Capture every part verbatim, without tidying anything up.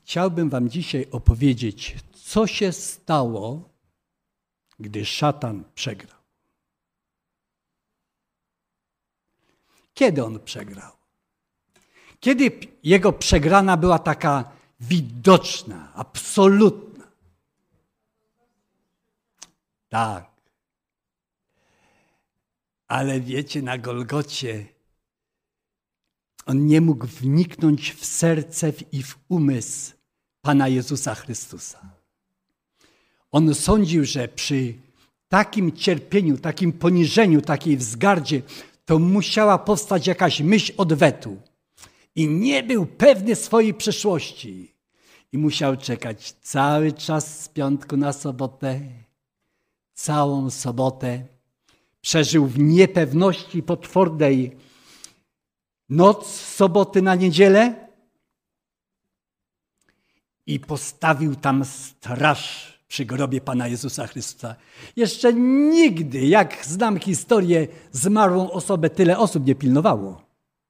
Chciałbym wam dzisiaj opowiedzieć, co się stało, gdy szatan przegrał. Kiedy on przegrał? Kiedy jego przegrana była taka widoczna, absolutna? Tak. Ale wiecie, na Golgocie on nie mógł wniknąć w serce i w umysł Pana Jezusa Chrystusa. On sądził, że przy takim cierpieniu, takim poniżeniu, takiej wzgardzie, to musiała powstać jakaś myśl odwetu. I nie był pewny swojej przyszłości. I musiał czekać cały czas z piątku na sobotę, całą sobotę. Przeżył w niepewności potwornej noc z soboty na niedzielę i postawił tam straż przy grobie Pana Jezusa Chrystusa. Jeszcze nigdy, jak znam historię, zmarłą osobę tyle osób nie pilnowało.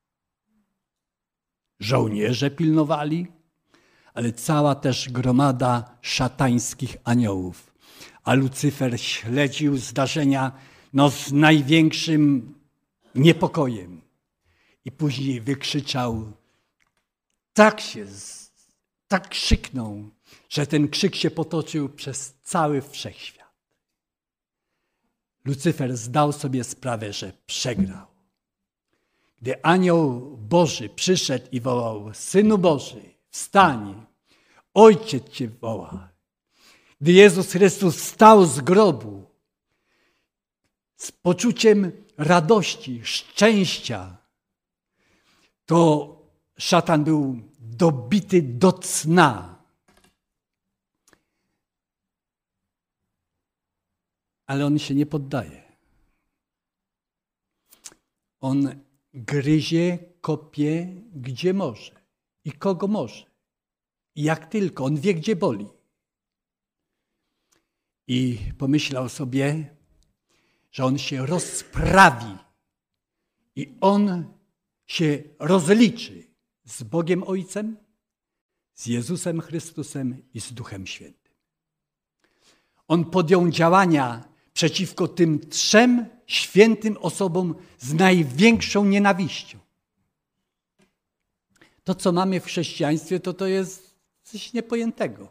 Żołnierze pilnowali, ale cała też gromada szatańskich aniołów. A Lucyfer śledził zdarzenia no, z największym niepokojem. I później wykrzyczał, tak się, tak krzyknął, że ten krzyk się potoczył przez cały wszechświat. Lucyfer zdał sobie sprawę, że przegrał. Gdy anioł Boży przyszedł i wołał, Synu Boży, wstań, Ojciec Cię woła. Gdy Jezus Chrystus wstał z grobu z poczuciem radości, szczęścia, to szatan był dobity do cna. Ale on się nie poddaje. On gryzie, kopie, gdzie może i kogo może. I jak tylko, on wie, gdzie boli. I pomyślał sobie, że on się rozprawi i on się rozliczy z Bogiem Ojcem, z Jezusem Chrystusem i z Duchem Świętym. On podjął działania przeciwko tym trzem świętym osobom z największą nienawiścią. To, co mamy w chrześcijaństwie, to to jest coś niepojętego.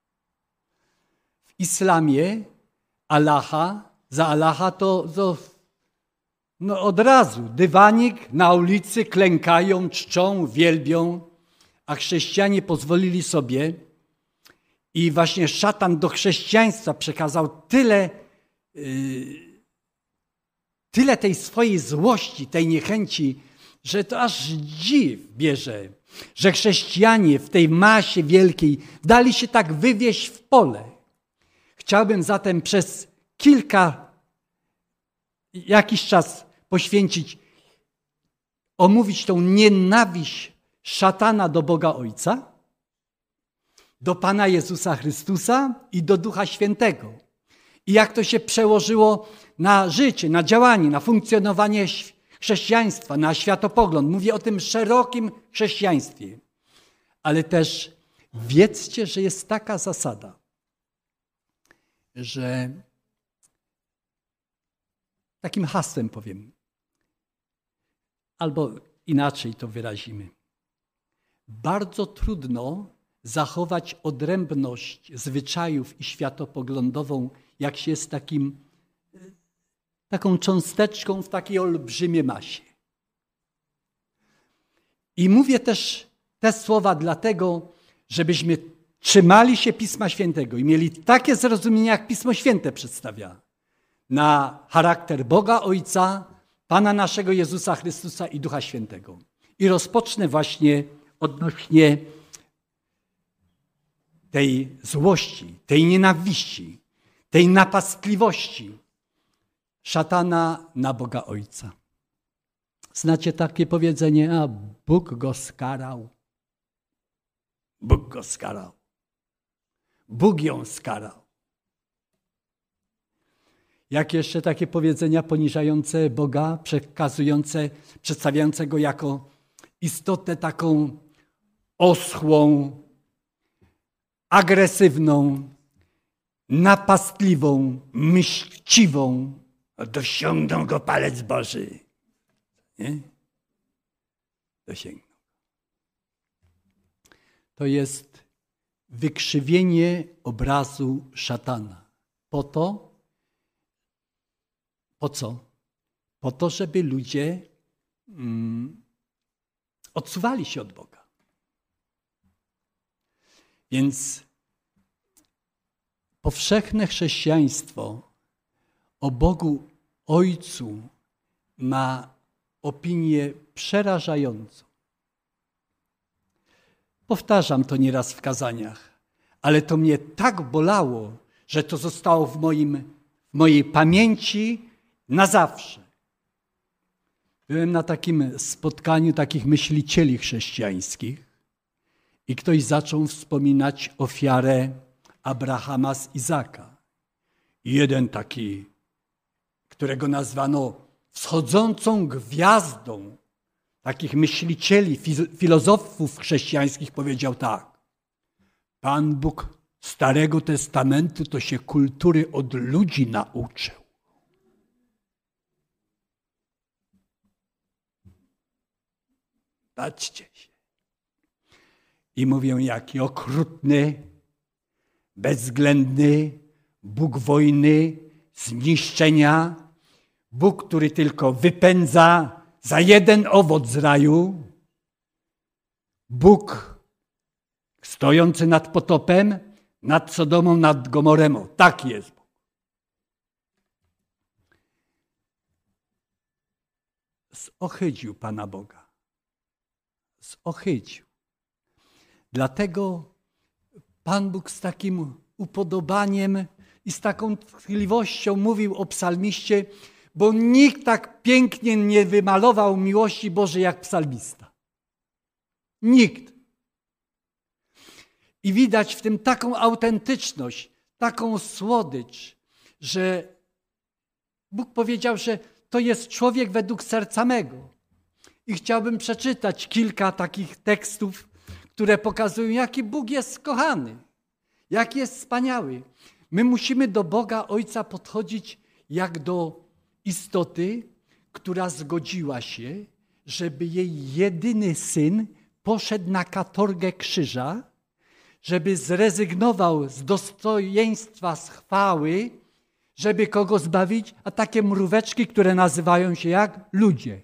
W islamie Allaha, za Allaha to, to no od razu dywanik na ulicy, klękają, czczą, wielbią, a chrześcijanie pozwolili sobie i właśnie szatan do chrześcijaństwa przekazał tyle, yy, tyle tej swojej złości, tej niechęci, że to aż dziw bierze, że chrześcijanie w tej masie wielkiej dali się tak wywieźć w pole. Chciałbym zatem przez kilka, jakiś czas poświęcić, omówić tą nienawiść szatana do Boga Ojca, do Pana Jezusa Chrystusa i do Ducha Świętego. I jak to się przełożyło na życie, na działanie, na funkcjonowanie chrześcijaństwa, na światopogląd. Mówię o tym szerokim chrześcijaństwie. Ale też wiedzcie, że jest taka zasada, że takim hasłem powiem, albo inaczej to wyrazimy. Bardzo trudno zachować odrębność zwyczajów i światopoglądową, jak się jest takim, taką cząsteczką w takiej olbrzymiej masie. I mówię też te słowa dlatego, żebyśmy trzymali się Pisma Świętego i mieli takie zrozumienie, jak Pismo Święte przedstawia na charakter Boga Ojca, Pana naszego Jezusa Chrystusa i Ducha Świętego. I rozpocznę właśnie odnośnie tej złości, tej nienawiści, tej napastliwości szatana na Boga Ojca. Znacie takie powiedzenie, a Bóg go skarał. Bóg go skarał. Bóg ją skarał. Jak jeszcze takie powiedzenia poniżające Boga, przekazujące, przedstawiające Go jako istotę taką oschłą, agresywną, napastliwą, mściwą, dosiągną go palec Boży. Nie? Dosięgną. To jest wykrzywienie obrazu szatana. Po to, po co? Po to, żeby ludzie mm, odsuwali się od Boga. Więc powszechne chrześcijaństwo o Bogu Ojcu ma opinię przerażającą. Powtarzam to nieraz w kazaniach, ale to mnie tak bolało, że to zostało w, moim, w mojej pamięci na zawsze. Byłem na takim spotkaniu takich myślicieli chrześcijańskich i ktoś zaczął wspominać ofiarę Abrahama z Izaka. Jeden taki, którego nazwano wschodzącą gwiazdą takich myślicieli, filozofów chrześcijańskich, powiedział tak: Pan Bóg Starego Testamentu to się kultury od ludzi nauczył. Patrzcie się. I mówią, jaki okrutny, bezwzględny Bóg wojny, zniszczenia, Bóg, który tylko wypędza za jeden owoc z raju, Bóg stojący nad potopem, nad Sodomą, nad Gomorą. Tak jest Bóg. Zohydził Pana Boga. Zohydził. Dlatego Pan Bóg z takim upodobaniem i z taką tchliwością mówił o psalmiście, bo nikt tak pięknie nie wymalował miłości Bożej jak psalmista. Nikt. I widać w tym taką autentyczność, taką słodycz, że Bóg powiedział, że to jest człowiek według serca mego. I chciałbym przeczytać kilka takich tekstów, które pokazują, jaki Bóg jest kochany, jaki jest wspaniały. My musimy do Boga Ojca podchodzić jak do istoty, która zgodziła się, żeby jej jedyny syn poszedł na katorgę krzyża, żeby zrezygnował z dostojeństwa, z chwały, żeby kogo zbawić, a takie mróweczki, które nazywają się jak ludzie.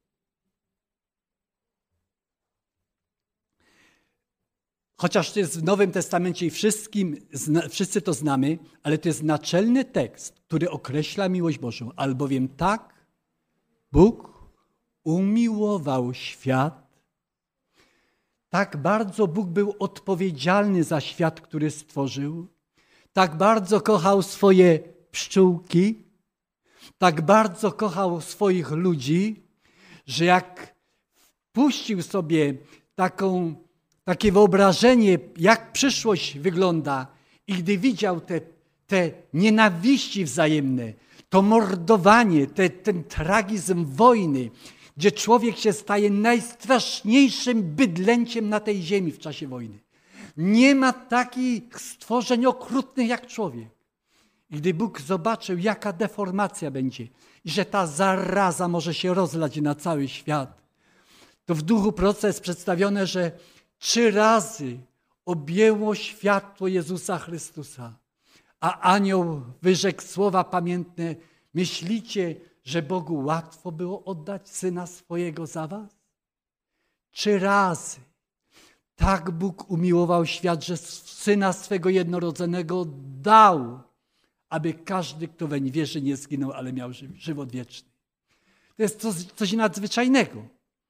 Chociaż to jest w Nowym Testamencie i wszystkim, wszyscy to znamy, ale to jest naczelny tekst, który określa miłość Bożą. Albowiem tak Bóg umiłował świat, tak bardzo Bóg był odpowiedzialny za świat, który stworzył, tak bardzo kochał swoje pszczółki, tak bardzo kochał swoich ludzi, że jak wpuścił sobie taką takie wyobrażenie, jak przyszłość wygląda i gdy widział te, te nienawiści wzajemne, to mordowanie, te, ten tragizm wojny, gdzie człowiek się staje najstraszniejszym bydlęciem na tej ziemi w czasie wojny. Nie ma takich stworzeń okrutnych jak człowiek. I gdy Bóg zobaczył, jaka deformacja będzie i że ta zaraza może się rozlać na cały świat, to w duchu proces przedstawione, że trzy razy objęło światło Jezusa Chrystusa, a anioł wyrzekł słowa pamiętne: myślicie, że Bogu łatwo było oddać Syna swojego za was? Trzy razy. Tak Bóg umiłował świat, że Syna swego jednorodzonego dał, aby każdy, kto weń wierzy, nie zginął, ale miał żywot wieczny. To jest coś, coś nadzwyczajnego.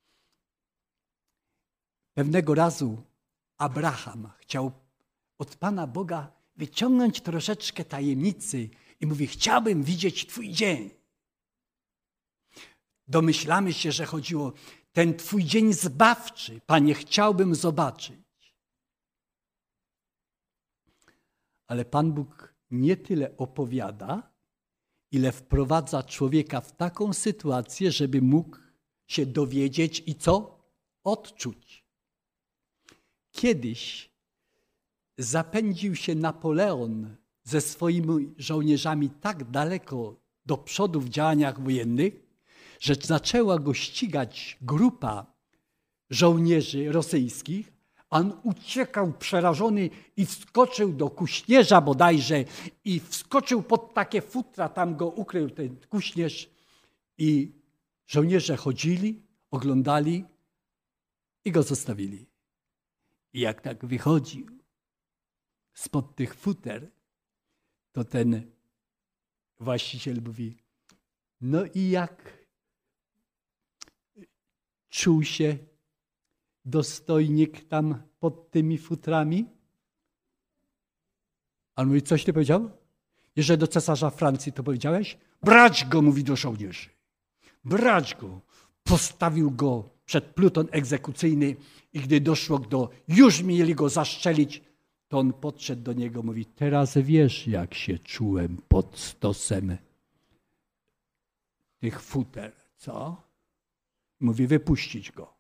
Pewnego razu Abraham chciał od Pana Boga wyciągnąć troszeczkę tajemnicy i mówi: chciałbym widzieć Twój dzień. Domyślamy się, że chodziło ten Twój dzień zbawczy. Panie, chciałbym zobaczyć. Ale Pan Bóg nie tyle opowiada, ile wprowadza człowieka w taką sytuację, żeby mógł się dowiedzieć i co? Odczuć. Kiedyś zapędził się Napoleon ze swoimi żołnierzami tak daleko do przodu w działaniach wojennych, że zaczęła go ścigać grupa żołnierzy rosyjskich. On uciekał przerażony i wskoczył do kuśnierza bodajże i wskoczył pod takie futra, tam go ukrył ten kuśnierz i żołnierze chodzili, oglądali i go zostawili. I jak tak wychodził spod tych futer, to ten właściciel mówi, no i jak czuł się dostojnik tam pod tymi futrami? A on mówi, coś ty powiedział? Jeżeli do cesarza Francji to powiedziałeś? Brać go, mówi do żołnierzy. Brać go. Postawił go przed pluton egzekucyjny i gdy doszło do, już mieli go zastrzelić, to on podszedł do niego, mówi, teraz wiesz, jak się czułem pod stosem tych futer, co? Mówi, wypuścić go.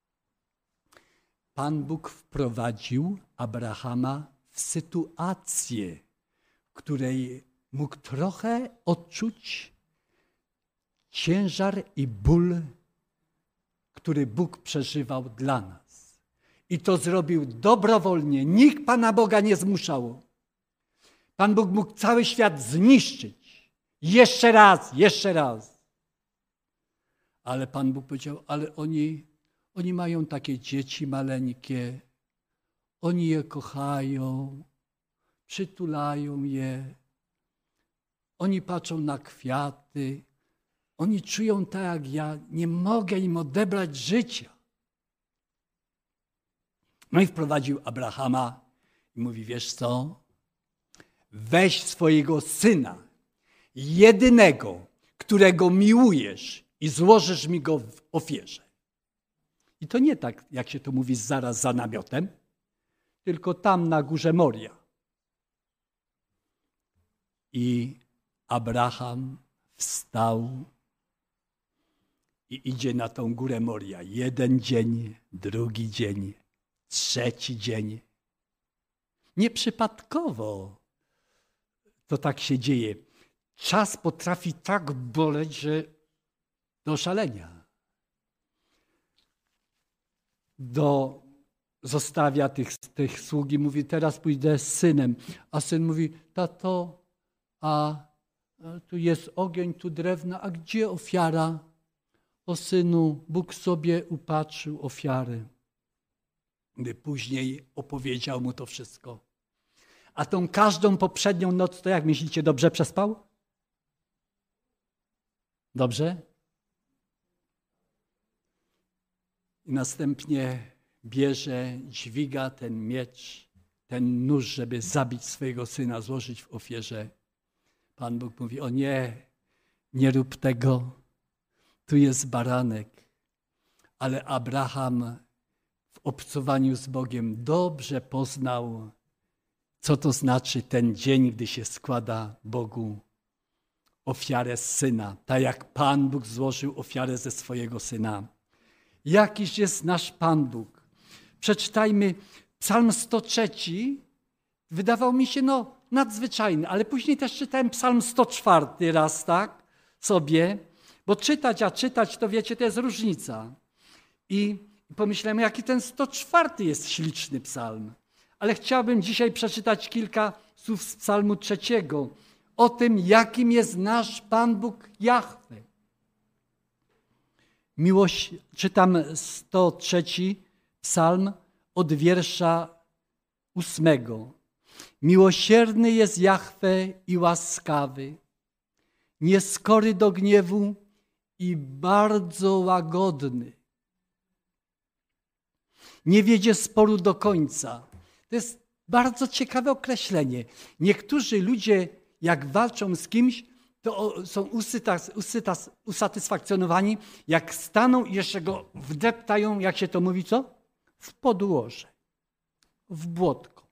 Pan Bóg wprowadził Abrahama w sytuację, w której mógł trochę odczuć ciężar i ból, który Bóg przeżywał dla nas. I to zrobił dobrowolnie. Nikt Pana Boga nie zmuszał. Pan Bóg mógł cały świat zniszczyć. Jeszcze raz, jeszcze raz. Ale Pan Bóg powiedział, ale oni, oni mają takie dzieci maleńkie. Oni je kochają, przytulają je. Oni patrzą na kwiaty. Oni czują tak jak ja. Nie mogę im odebrać życia. No i wprowadził Abrahama i mówi, wiesz co? Weź swojego syna, jedynego, którego miłujesz i złożysz mi go w ofierze. I to nie tak, jak się to mówi, zaraz za namiotem, tylko tam na górze Moria. I Abraham wstał i idzie na tą górę Moria. Jeden dzień, drugi dzień, trzeci dzień. Nieprzypadkowo to tak się dzieje. Czas potrafi tak boleć, że do szalenia. Do, zostawia tych, tych sługi, mówi, teraz pójdę z synem. A syn mówi, tato, a tu jest ogień, tu drewno, a gdzie ofiara? O synu, Bóg sobie upatrzył ofiary. Gdy później opowiedział mu to wszystko. A tą każdą poprzednią noc, to jak myślicie, dobrze przespał? Dobrze? I następnie bierze, dźwiga ten miecz, ten nóż, żeby zabić swojego syna, złożyć w ofierze. Pan Bóg mówi, o nie, nie rób tego, tu jest baranek. Ale Abraham w obcowaniu z Bogiem dobrze poznał, co to znaczy ten dzień, gdy się składa Bogu ofiarę z syna. Tak jak Pan Bóg złożył ofiarę ze swojego syna. Jakiż jest nasz Pan Bóg. Przeczytajmy Psalm sto trzy. Wydawał mi się no nadzwyczajny, ale później też czytałem Psalm sto cztery raz, tak, sobie, bo czytać, a czytać, to wiecie, to jest różnica. I pomyślałem, jaki ten sto cztery jest śliczny psalm. Ale chciałbym dzisiaj przeczytać kilka słów z psalmu trzeciego o tym, jakim jest nasz Pan Bóg Jahwe. Miłość, czytam sto trzeci psalm od wiersza ósmego. Miłosierny jest Jahwe i łaskawy, nieskory do gniewu i bardzo łagodny. Nie wiedzie sporu do końca. To jest bardzo ciekawe określenie. Niektórzy ludzie, jak walczą z kimś, to są usatysfakcjonowani, jak staną i jeszcze go wdeptają, jak się to mówi, co? W podłoże, w błotko.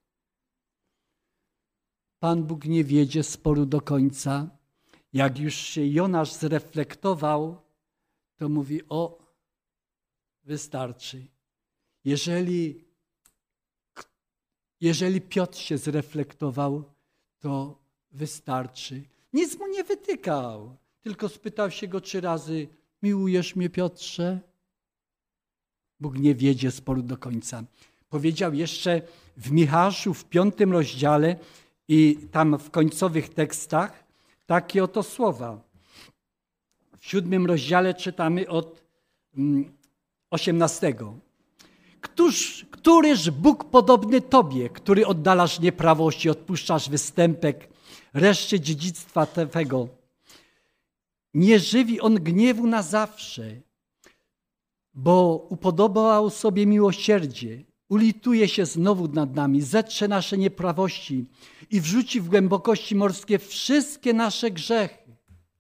Pan Bóg nie wiedzie sporu do końca. Jak już się Jonasz zreflektował, to mówi, o, wystarczy. Jeżeli Jeżeli Piotr się zreflektował, to wystarczy. Nic mu nie wytykał, tylko spytał się go trzy razy: miłujesz mnie, Piotrze? Bóg nie wiedzie sporu do końca. Powiedział jeszcze w Michaszu w piątym rozdziale i tam w końcowych tekstach takie oto słowa. W siódmym rozdziale czytamy od osiemnastego. Któż, któryż Bóg podobny Tobie, który oddalasz nieprawość i odpuszczasz występek reszcie dziedzictwa Twego? Nie żywi On gniewu na zawsze, bo upodobał sobie miłosierdzie, ulituje się znowu nad nami, zetrze nasze nieprawości i wrzuci w głębokości morskie wszystkie nasze grzechy.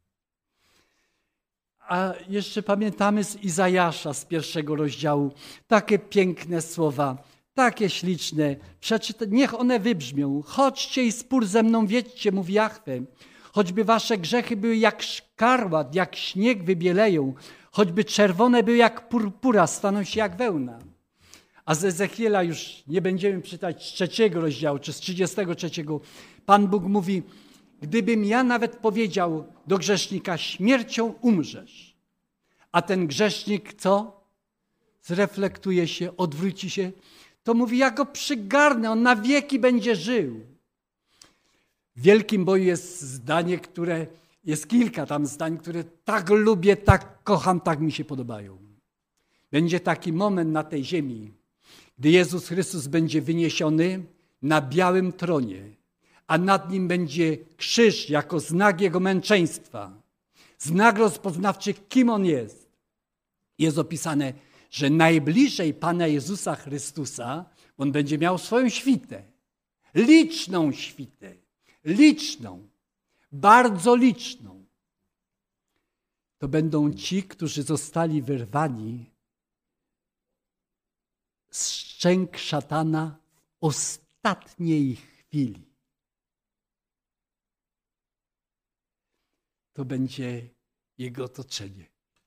A jeszcze pamiętamy z Izajasza, z pierwszego rozdziału, takie piękne słowa, takie śliczne. Przeczyta, niech one wybrzmią. Chodźcie i spór ze mną wiedźcie, mówi Jahwe. Choćby wasze grzechy były jak szkarłat, jak śnieg wybieleją, choćby czerwone były jak purpura, staną się jak wełna. A z Ezechiela już nie będziemy czytać z trzeciego rozdziału, czy z trzydziestego trzeciego. Pan Bóg mówi: gdybym ja nawet powiedział do grzesznika, śmiercią umrzesz, a ten grzesznik co? Zreflektuje się, odwróci się, to mówi: ja go przygarnę, on na wieki będzie żył. W Wielkim Boju jest zdanie, które, jest kilka tam zdań, które tak lubię, tak kocham, tak mi się podobają. Będzie taki moment na tej ziemi, gdy Jezus Chrystus będzie wyniesiony na białym tronie, a nad nim będzie krzyż jako znak Jego męczeństwa, znak rozpoznawczy, kim On jest. Jest opisane, że najbliżej Pana Jezusa Chrystusa On będzie miał swoją świtę, liczną świtę, liczną, bardzo liczną. To będą ci, którzy zostali wyrwani z szczęk szatana w ostatniej chwili. To będzie jego otoczenie.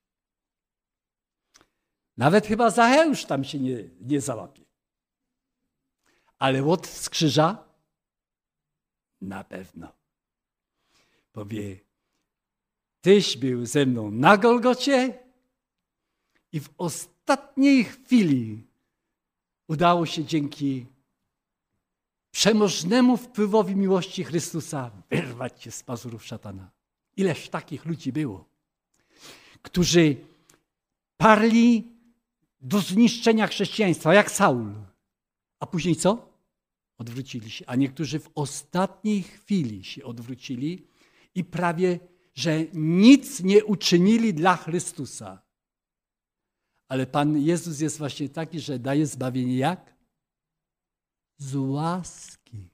Nawet chyba Zacheusz tam się nie, nie załapie. Ale Łot z krzyża na pewno. Powie: tyś był ze mną na Golgocie i w ostatniej chwili udało się dzięki przemożnemu wpływowi miłości Chrystusa wyrwać cię z pazurów szatana. Ileż takich ludzi było, którzy parli do zniszczenia chrześcijaństwa, jak Saul. A później co? Odwrócili się. A niektórzy w ostatniej chwili się odwrócili i prawie, że nic nie uczynili dla Chrystusa. Ale Pan Jezus jest właśnie taki, że daje zbawienie jak? Z łaski.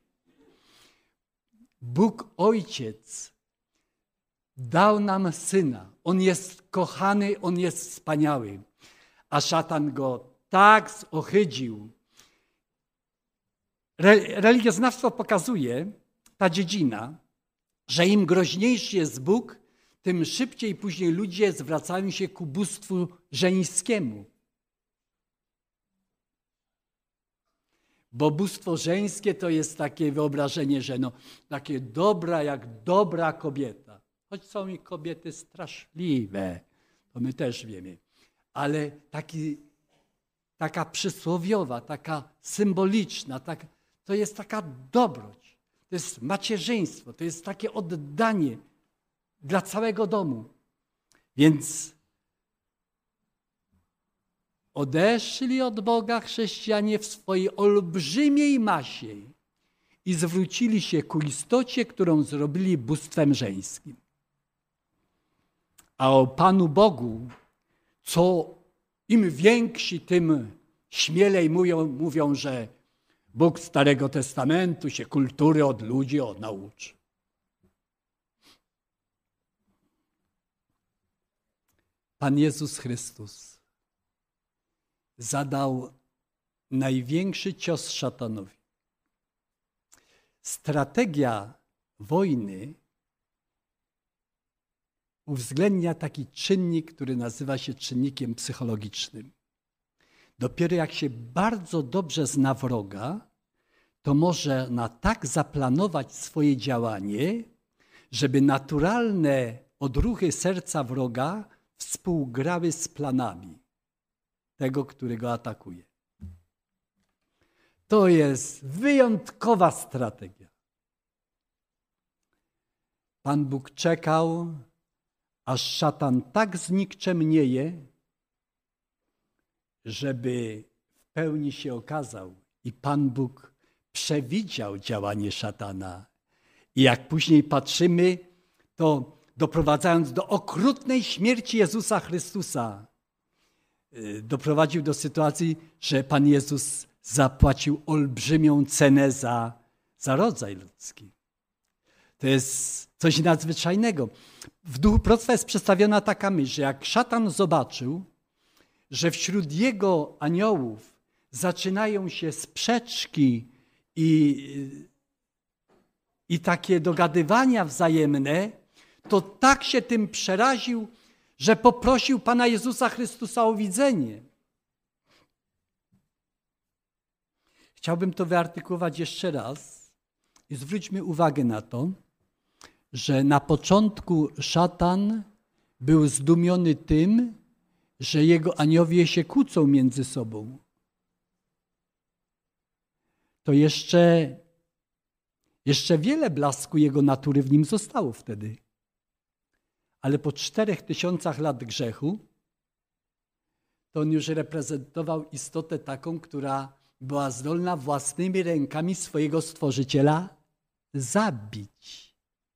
Bóg Ojciec dał nam Syna. On jest kochany, On jest wspaniały. A szatan go tak zohydził. Religioznawstwo pokazuje, ta dziedzina, że im groźniejszy jest Bóg, tym szybciej później ludzie zwracają się ku bóstwu żeńskiemu. Bo bóstwo żeńskie to jest takie wyobrażenie, że no, takie dobra jak dobra kobieta. Choć są i kobiety straszliwe, to my też wiemy. Ale taki, taka przysłowiowa, taka symboliczna, tak, to jest taka dobroć. To jest macierzyństwo, to jest takie oddanie dla całego domu. Więc odeszli od Boga chrześcijanie w swojej olbrzymiej masie i zwrócili się ku istocie, którą zrobili bóstwem żeńskim. A o Panu Bogu, co im więksi, tym śmielej mówią, mówią, że Bóg Starego Testamentu się kultury od ludzi nauczy. Pan Jezus Chrystus zadał największy cios szatanowi. Strategia wojny uwzględnia taki czynnik, który nazywa się czynnikiem psychologicznym. Dopiero jak się bardzo dobrze zna wroga, to można tak zaplanować swoje działanie, żeby naturalne odruchy serca wroga współgrały z planami tego, którego atakuje. To jest wyjątkowa strategia. Pan Bóg czekał, aż szatan tak znikczemnieje, żeby w pełni się okazał. I Pan Bóg przewidział działanie szatana. I jak później patrzymy, to doprowadzając do okrutnej śmierci Jezusa Chrystusa, doprowadził do sytuacji, że Pan Jezus zapłacił olbrzymią cenę za, za rodzaj ludzki. To jest coś nadzwyczajnego. W duchu proroctwa jest przedstawiona taka myśl, że jak szatan zobaczył, że wśród jego aniołów zaczynają się sprzeczki i, i takie dogadywania wzajemne, to tak się tym przeraził, że poprosił Pana Jezusa Chrystusa o widzenie. Chciałbym to wyartykułować jeszcze raz i zwróćmy uwagę na to, że na początku szatan był zdumiony tym, że jego aniołowie się kłócą między sobą. To jeszcze, jeszcze wiele blasku jego natury w nim zostało wtedy. Ale po czterech tysiącach lat grzechu to on już reprezentował istotę taką, która była zdolna własnymi rękami swojego Stworzyciela zabić.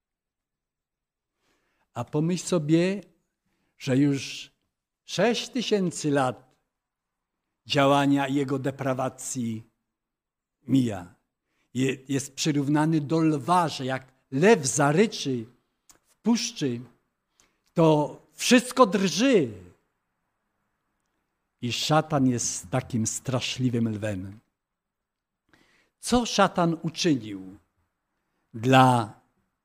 A pomyśl sobie, że już sześć tysięcy lat działania jego deprawacji mija. Jest przyrównany do lwa, że jak lew zaryczy w puszczy, to wszystko drży. I szatan jest takim straszliwym lwem. Co szatan uczynił dla,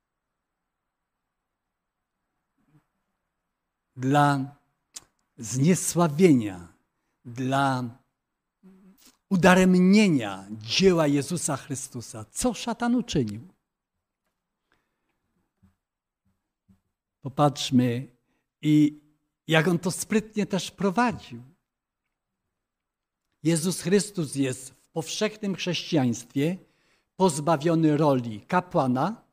dla zniesławienia, dla udaremnienia dzieła Jezusa Chrystusa? Co szatan uczynił? Popatrzmy, i jak on to sprytnie też prowadził. Jezus Chrystus jest w powszechnym chrześcijaństwie pozbawiony roli kapłana,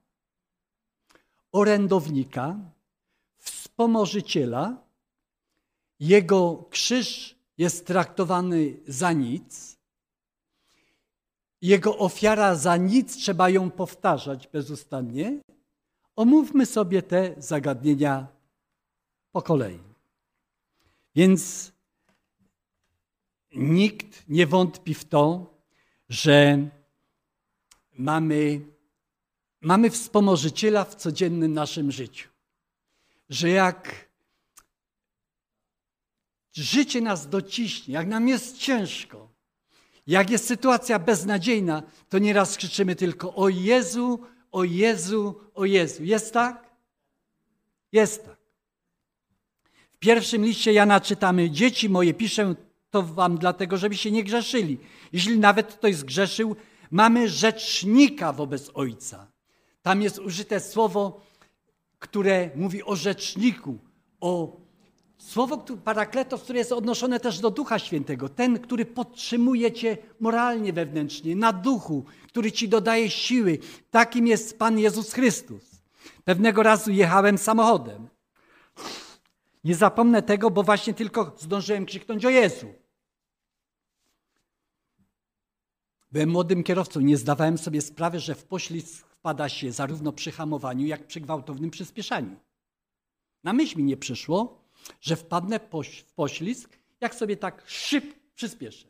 orędownika, wspomożyciela. Jego krzyż jest traktowany za nic. Jego ofiara za nic, trzeba ją powtarzać bezustannie. Omówmy sobie te zagadnienia po kolei. Więc nikt nie wątpi w to, że mamy, mamy wspomożyciela w codziennym naszym życiu. Że jak życie nas dociśnie, jak nam jest ciężko, jak jest sytuacja beznadziejna, to nieraz krzyczymy tylko o Jezu, o Jezu, o Jezu. Jest tak? Jest tak. W pierwszym liście Jana czytamy: dzieci moje, piszę to wam dlatego, żebyście nie grzeszyli. Jeśli nawet ktoś zgrzeszył, mamy rzecznika wobec Ojca. Tam jest użyte słowo, które mówi o rzeczniku, o słowo parakletos, które jest odnoszone też do Ducha Świętego. Ten, który podtrzymuje cię moralnie wewnętrznie, na duchu, który ci dodaje siły. Takim jest Pan Jezus Chrystus. Pewnego razu jechałem samochodem. Nie zapomnę tego, bo właśnie tylko zdążyłem krzyknąć o Jezu. Byłem młodym kierowcą, nie zdawałem sobie sprawy, że w poślizg wpada się zarówno przy hamowaniu, jak przy gwałtownym przyspieszaniu. Na myśl mi nie przyszło, że wpadnę w poślizg, jak sobie tak szyb przyspieszę.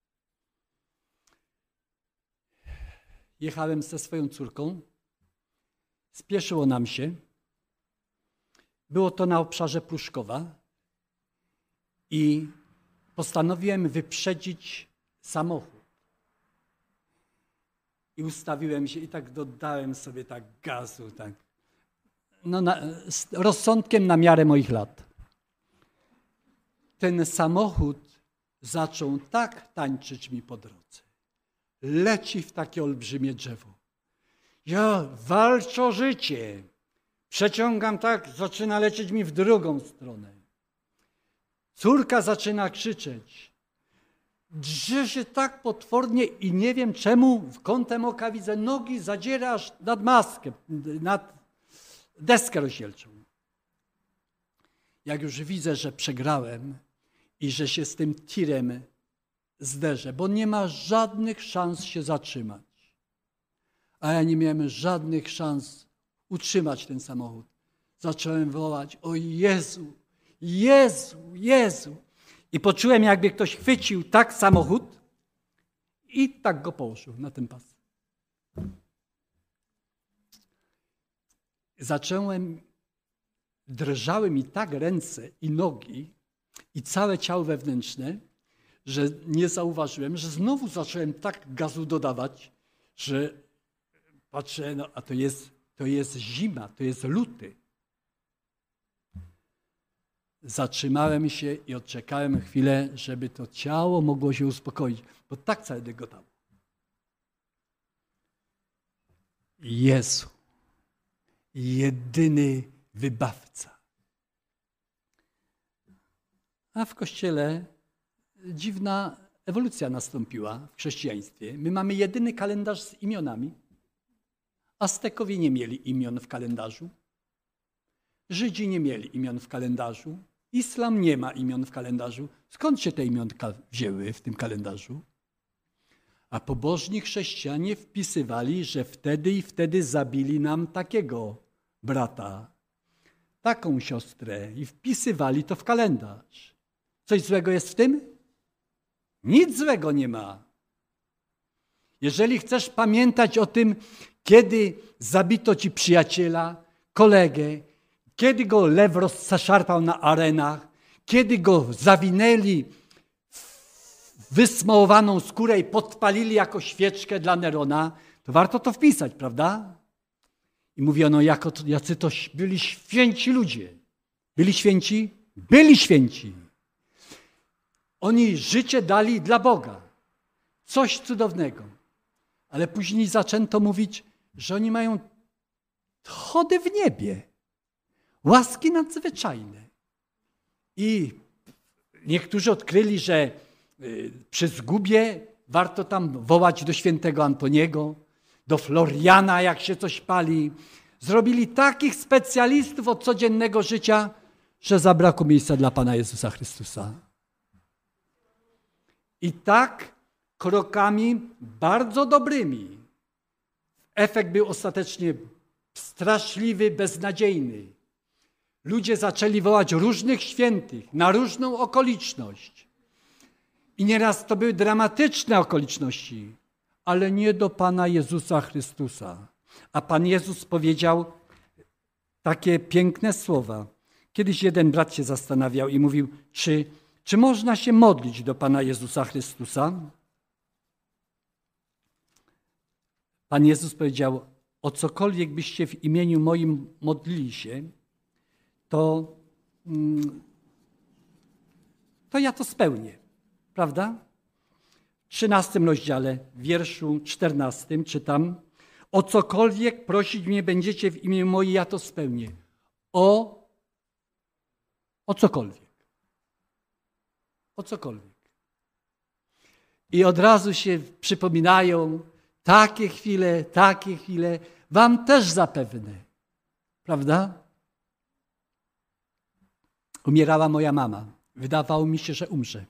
Jechałem ze swoją córką, spieszyło nam się. Było to na obszarze Pruszkowa i postanowiłem wyprzedzić samochód. I ustawiłem się i tak dodałem sobie tak gazu, tak. No, na, z rozsądkiem na miarę moich lat. Ten samochód zaczął tak tańczyć mi po drodze, leci w takie olbrzymie drzewo. Ja walczę o życie. Przeciągam tak, zaczyna lecieć mi w drugą stronę. Córka zaczyna krzyczeć. Drze się tak potwornie i nie wiem czemu w kątem oka widzę nogi, zadziera aż nad maskę, nad deskę rozdzielczą. Jak już widzę, że przegrałem i że się z tym tirem zderzę, bo nie ma żadnych szans się zatrzymać. A ja nie miałem żadnych szans utrzymać ten samochód. Zacząłem wołać: o Jezu, Jezu, Jezu. I poczułem, jakby ktoś chwycił tak samochód i tak go położył na ten pas. Zacząłem, drżały mi tak ręce i nogi i całe ciało wewnętrzne, że nie zauważyłem, że znowu zacząłem tak gazu dodawać, że patrzę, no a to jest, to jest zima, to jest luty. Zatrzymałem się i odczekałem chwilę, żeby to ciało mogło się uspokoić, bo tak całe dygotało. Jezu, jedyny wybawca. A w Kościele dziwna ewolucja nastąpiła w chrześcijaństwie. My mamy jedyny kalendarz z imionami. Aztekowie nie mieli imion w kalendarzu. Żydzi nie mieli imion w kalendarzu. Islam nie ma imion w kalendarzu. Skąd się te imionka wzięły w tym kalendarzu? A pobożni chrześcijanie wpisywali, że wtedy i wtedy zabili nam takiego brata, taką siostrę i wpisywali to w kalendarz. Coś złego jest w tym? Nic złego nie ma. Jeżeli chcesz pamiętać o tym, kiedy zabito ci przyjaciela, kolegę, kiedy go lew rozszarpał na arenach, kiedy go zawinęli w wysmołowaną skórę i podpalili jako świeczkę dla Nerona, to warto to wpisać, prawda? I mówiono, jako to, jacy to byli święci ludzie. Byli święci? Byli święci. Oni życie dali dla Boga. Coś cudownego. Ale później zaczęto mówić, że oni mają chody w niebie. Łaski nadzwyczajne. I niektórzy odkryli, że przy zgubie warto tam wołać do świętego Antoniego, do Floriana, jak się coś pali. Zrobili takich specjalistów od codziennego życia, że zabrakło miejsca dla Pana Jezusa Chrystusa. I tak krokami bardzo dobrymi. Efekt był ostatecznie straszliwy, beznadziejny. Ludzie zaczęli wołać różnych świętych na różną okoliczność. I nieraz to były dramatyczne okoliczności, ale nie do Pana Jezusa Chrystusa. A Pan Jezus powiedział takie piękne słowa. Kiedyś jeden brat się zastanawiał i mówił, czy, czy można się modlić do Pana Jezusa Chrystusa? Pan Jezus powiedział, o cokolwiek byście w imieniu moim modlili się, to, to ja to spełnię. Prawda? W trzynastym rozdziale, w wierszu czternastym czytam, o cokolwiek prosić mnie będziecie w imię moje, ja to spełnię. O, o cokolwiek. O cokolwiek. I od razu się przypominają takie chwile, takie chwile, wam też zapewne. Prawda? Umierała moja mama. Wydawało mi się, że umrze.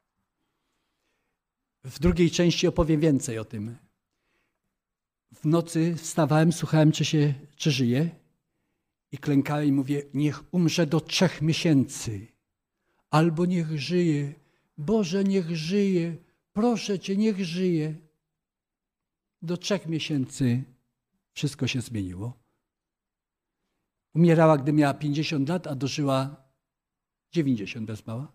W drugiej części opowiem więcej o tym. W nocy wstawałem, słuchałem, czy się, czy żyje i klękałem i mówię, niech umrze do trzech miesięcy. Albo niech żyje. Boże, niech żyje. Proszę Cię, niech żyje. Do trzech miesięcy wszystko się zmieniło. Umierała, gdy miała pięćdziesiąt lat, a dożyła dziewięćdziesiąt bez mała.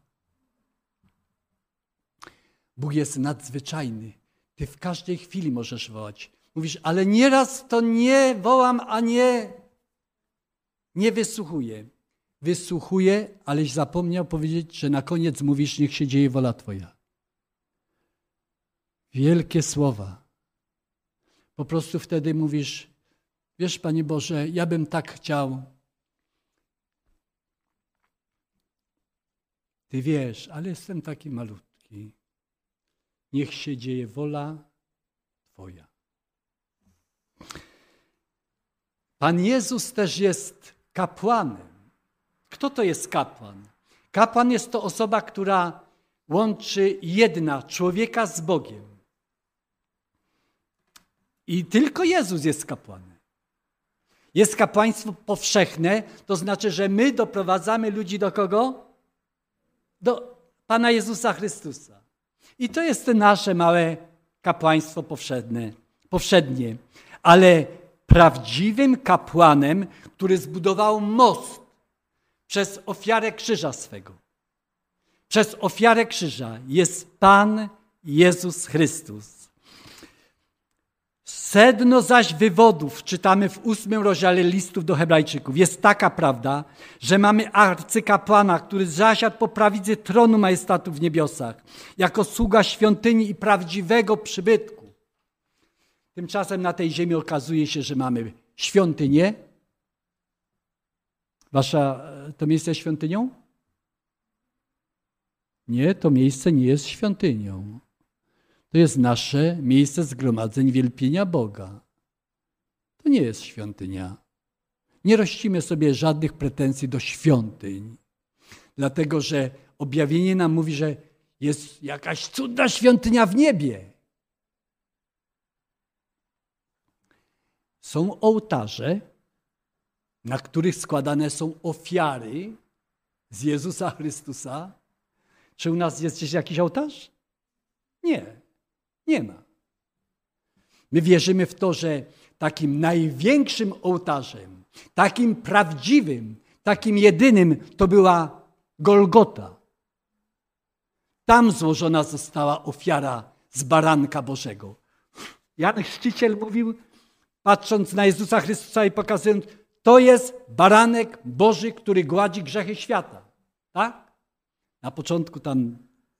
Bóg jest nadzwyczajny. Ty w każdej chwili możesz wołać. Mówisz, ale nieraz to nie wołam, a nie, nie wysłuchuję. Wysłuchuję, aleś zapomniał powiedzieć, że na koniec mówisz, niech się dzieje wola Twoja. Wielkie słowa. po prostu wtedy mówisz, wiesz, Panie Boże, ja bym tak chciał. Ty wiesz, ale jestem taki malutki. Niech się dzieje wola Twoja. Pan Jezus też jest kapłanem. Kto to jest kapłan? Kapłan jest to osoba, która łączy jedna człowieka z Bogiem. I tylko Jezus jest kapłanem. Jest kapłaństwo powszechne, to znaczy, że my doprowadzamy ludzi do kogo? Do Pana Jezusa Chrystusa. I to jest to nasze małe kapłaństwo powszednie. powszednie. Ale prawdziwym kapłanem, który zbudował most przez ofiarę krzyża swego, przez ofiarę krzyża jest Pan Jezus Chrystus. Sedno zaś wywodów, czytamy w ósmym rozdziale listów do Hebrajczyków, jest taka prawda, że mamy arcykapłana, który zasiadł po prawicy tronu majestatu w niebiosach, jako sługa świątyni i prawdziwego przybytku. Tymczasem na tej ziemi okazuje się, że mamy świątynię. Wasza, to miejsce jest świątynią? Nie, to miejsce nie jest świątynią. To jest nasze miejsce zgromadzeń wielbienia Boga. To nie jest świątynia. Nie rościmy sobie żadnych pretensji do świątyń, dlatego że objawienie nam mówi, że jest jakaś cudna świątynia w niebie. Są ołtarze, na których składane są ofiary z Jezusa Chrystusa. Czy u nas jest gdzieś jakiś ołtarz? Nie. Nie ma. My wierzymy w to, że takim największym ołtarzem, takim prawdziwym, takim jedynym to była Golgota. Tam złożona została ofiara z baranka Bożego. Jan Chrzciciel mówił, patrząc na Jezusa Chrystusa i pokazując, to jest baranek Boży, który gładzi grzechy świata. Tak? Na początku tam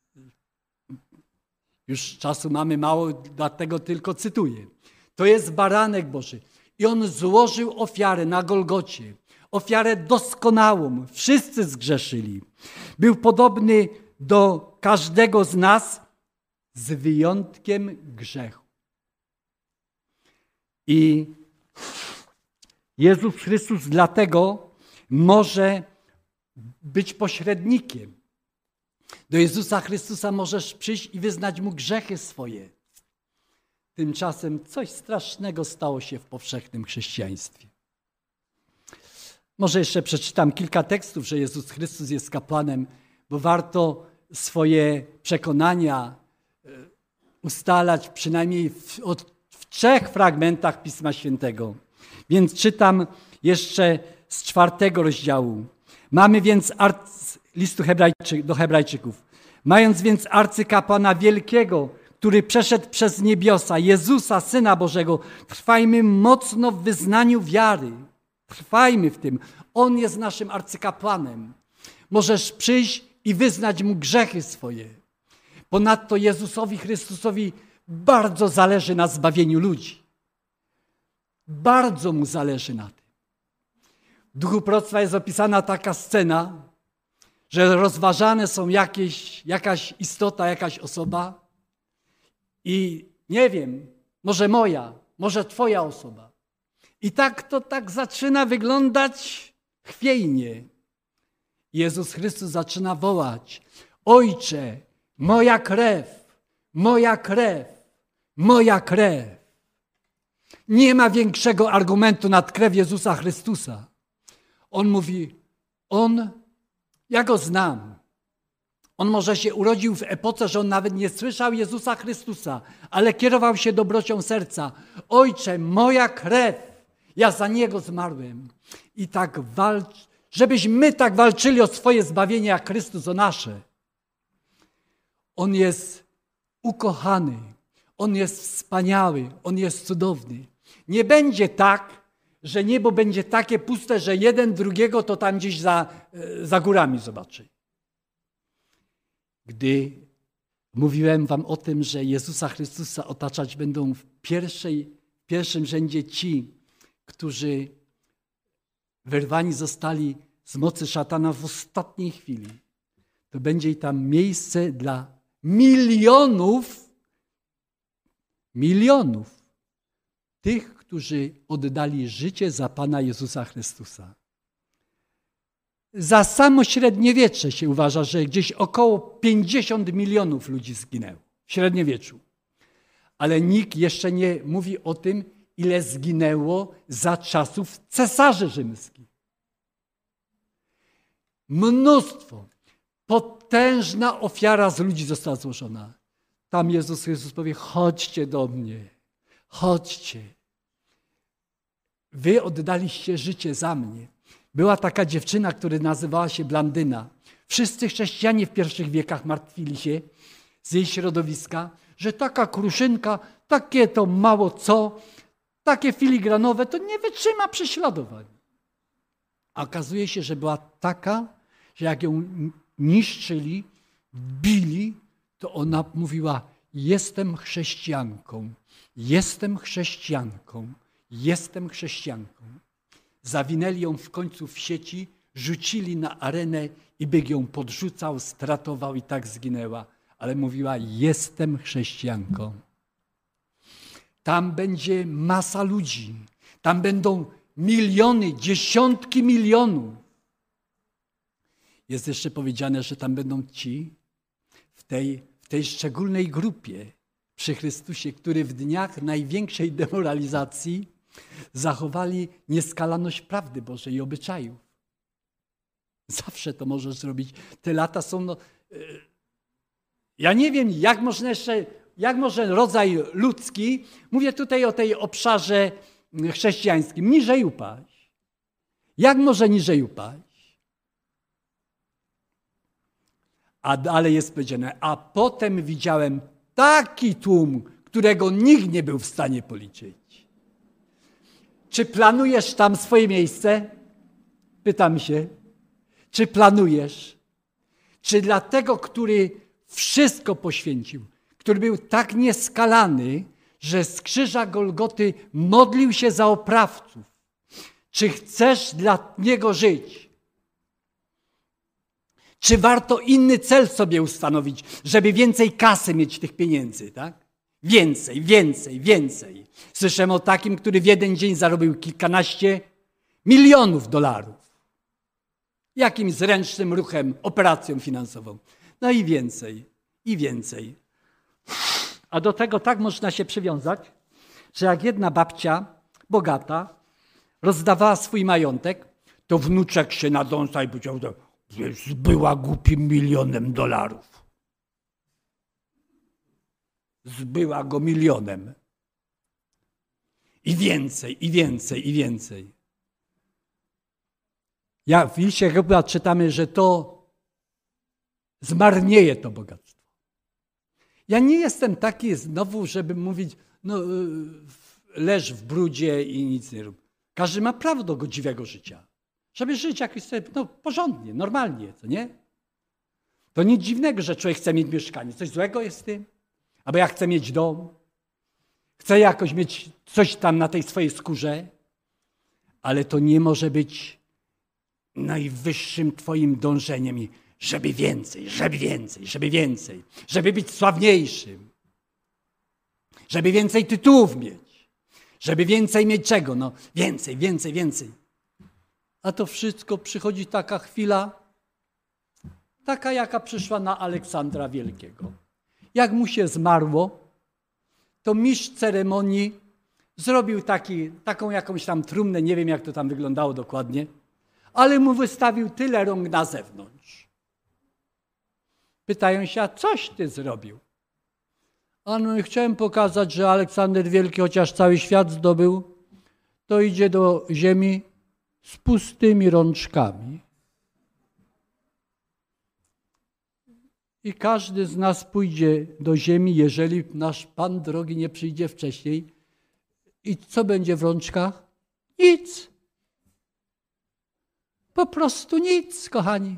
już czasu mamy mało, dlatego tylko cytuję. To jest baranek Boży. I On złożył ofiarę na Golgocie. Ofiarę doskonałą. Wszyscy zgrzeszyli. Był podobny do każdego z nas z wyjątkiem grzechu. I Jezus Chrystus dlatego może być pośrednikiem. Do Jezusa Chrystusa możesz przyjść i wyznać Mu grzechy swoje. Tymczasem coś strasznego stało się w powszechnym chrześcijaństwie. Może jeszcze przeczytam kilka tekstów, że Jezus Chrystus jest kapłanem, bo warto swoje przekonania ustalać przynajmniej w, od, w trzech fragmentach Pisma Świętego. Więc czytam jeszcze z czwartego rozdziału. Mamy więc arcy, listu Hebrajczy, do Hebrajczyków. Mając więc arcykapłana wielkiego, który przeszedł przez niebiosa, Jezusa, Syna Bożego, trwajmy mocno w wyznaniu wiary. Trwajmy w tym. On jest naszym arcykapłanem. Możesz przyjść i wyznać Mu grzechy swoje. Ponadto Jezusowi Chrystusowi bardzo zależy na zbawieniu ludzi. Bardzo Mu zależy na tym. W Duchu Proroctwa jest opisana taka scena, że rozważane są jakieś, jakaś istota, jakaś osoba i nie wiem, może moja, może Twoja osoba. I tak to tak zaczyna wyglądać chwiejnie. Jezus Chrystus zaczyna wołać: Ojcze, moja krew, moja krew, moja krew. Nie ma większego argumentu nad krew Jezusa Chrystusa. On mówi, On, ja Go znam. On może się urodził w epoce, że on nawet nie słyszał Jezusa Chrystusa, ale kierował się dobrocią serca. Ojcze, moja krew, ja za Niego zmarłem. I tak walcz, żebyśmy my tak walczyli o swoje zbawienie, jak Chrystus o nasze. On jest ukochany, On jest wspaniały, On jest cudowny. Nie będzie tak, że niebo będzie takie puste, że jeden drugiego to tam gdzieś za, za górami zobaczy. Gdy mówiłem wam o tym, że Jezusa Chrystusa otaczać będą w pierwszej, pierwszym rzędzie ci, którzy wyrwani zostali z mocy szatana w ostatniej chwili. To będzie tam miejsce dla milionów, milionów tych, którzy oddali życie za Pana Jezusa Chrystusa. Za samo średniowiecze się uważa, że gdzieś około pięćdziesiąt milionów ludzi zginęło w średniowieczu. Ale nikt jeszcze nie mówi o tym, ile zginęło za czasów cesarzy rzymskich. Mnóstwo, potężna ofiara z ludzi została złożona. Tam Jezus Chrystus powie, chodźcie do mnie, chodźcie. Wy oddaliście życie za mnie. Była taka dziewczyna, która nazywała się Blandyna. Wszyscy chrześcijanie w pierwszych wiekach martwili się z jej środowiska, że taka kruszynka, takie to mało co, takie filigranowe, to nie wytrzyma prześladowań. A okazuje się, że była taka, że jak ją niszczyli, bili, to ona mówiła, jestem chrześcijanką, jestem chrześcijanką, jestem chrześcijanką. Zawinęli ją w końcu w sieci, rzucili na arenę i byk ją podrzucał, stratował i tak zginęła. Ale mówiła, jestem chrześcijanką. Tam będzie masa ludzi. Tam będą miliony, dziesiątki milionów. Jest jeszcze powiedziane, że tam będą ci w tej, w tej szczególnej grupie przy Chrystusie, którzy w dniach największej demoralizacji zachowali nieskalaność prawdy Bożej i obyczajów. Zawsze to możesz zrobić. Te lata są... No, yy, ja nie wiem, jak można jeszcze, jak może rodzaj ludzki, mówię tutaj o tej obszarze chrześcijańskim, niżej upaść. Jak może niżej upaść? A dalej jest powiedziane, a potem widziałem taki tłum, którego nikt nie był w stanie policzyć. Czy planujesz tam swoje miejsce? Pytam się. Czy planujesz? Czy dla tego, który wszystko poświęcił, który był tak nieskalany, że z krzyża Golgoty modlił się za oprawców. Czy chcesz dla niego żyć? Czy warto inny cel sobie ustanowić, żeby więcej kasy mieć tych pieniędzy, tak? Więcej, więcej, więcej. Słyszę o takim, który w jeden dzień zarobił kilkanaście milionów dolarów. Jakimś zręcznym ruchem, operacją finansową. No i więcej, i więcej. A do tego tak można się przywiązać, że jak jedna babcia, bogata, rozdawała swój majątek, to wnuczek się nadąsa i powiedział, że zbyła głupim milionem dolarów. Zbyła go milionem. I więcej, i więcej, i więcej. Ja w liście chyba czytamy, że to zmarnieje to bogactwo. Ja nie jestem taki znowu, żeby mówić, no leż w brudzie i nic nie rób. Każdy ma prawo do godziwego życia. Żeby żyć jakoś sobie, no porządnie, normalnie, co nie? To nic dziwnego, że człowiek chce mieć mieszkanie. Coś złego jest w tym? Albo ja chcę mieć dom. Chcę jakoś mieć coś tam na tej swojej skórze. Ale to nie może być najwyższym twoim dążeniem. Żeby więcej, żeby więcej, żeby więcej. Żeby być sławniejszym. Żeby więcej tytułów mieć. Żeby więcej mieć czego? No więcej, więcej, więcej. A to wszystko przychodzi taka chwila, taka jaka przyszła na Aleksandra Wielkiego. Jak mu się zmarło, to mistrz ceremonii zrobił taki, taką jakąś tam trumnę, nie wiem jak to tam wyglądało dokładnie, ale mu wystawił tyle rąk na zewnątrz. Pytają się, a coś ty zrobił? A no, chciałem pokazać, że Aleksander Wielki, chociaż cały świat zdobył, to idzie do ziemi z pustymi rączkami. I każdy z nas pójdzie do ziemi, jeżeli nasz Pan drogi nie przyjdzie wcześniej. I co będzie w rączkach? Nic. Po prostu nic, kochani.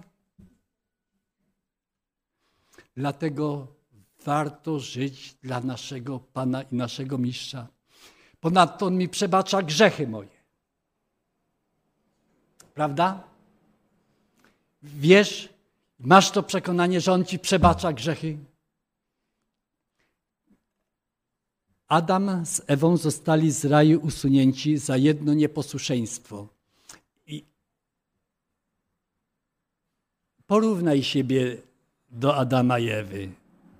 Dlatego warto żyć dla naszego Pana i naszego Mistrza. Ponadto On mi przebacza grzechy moje. Prawda? Wiesz, masz to przekonanie, że On ci przebacza grzechy? Adam z Ewą zostali z raju usunięci za jedno nieposłuszeństwo. I porównaj siebie do Adama i Ewy.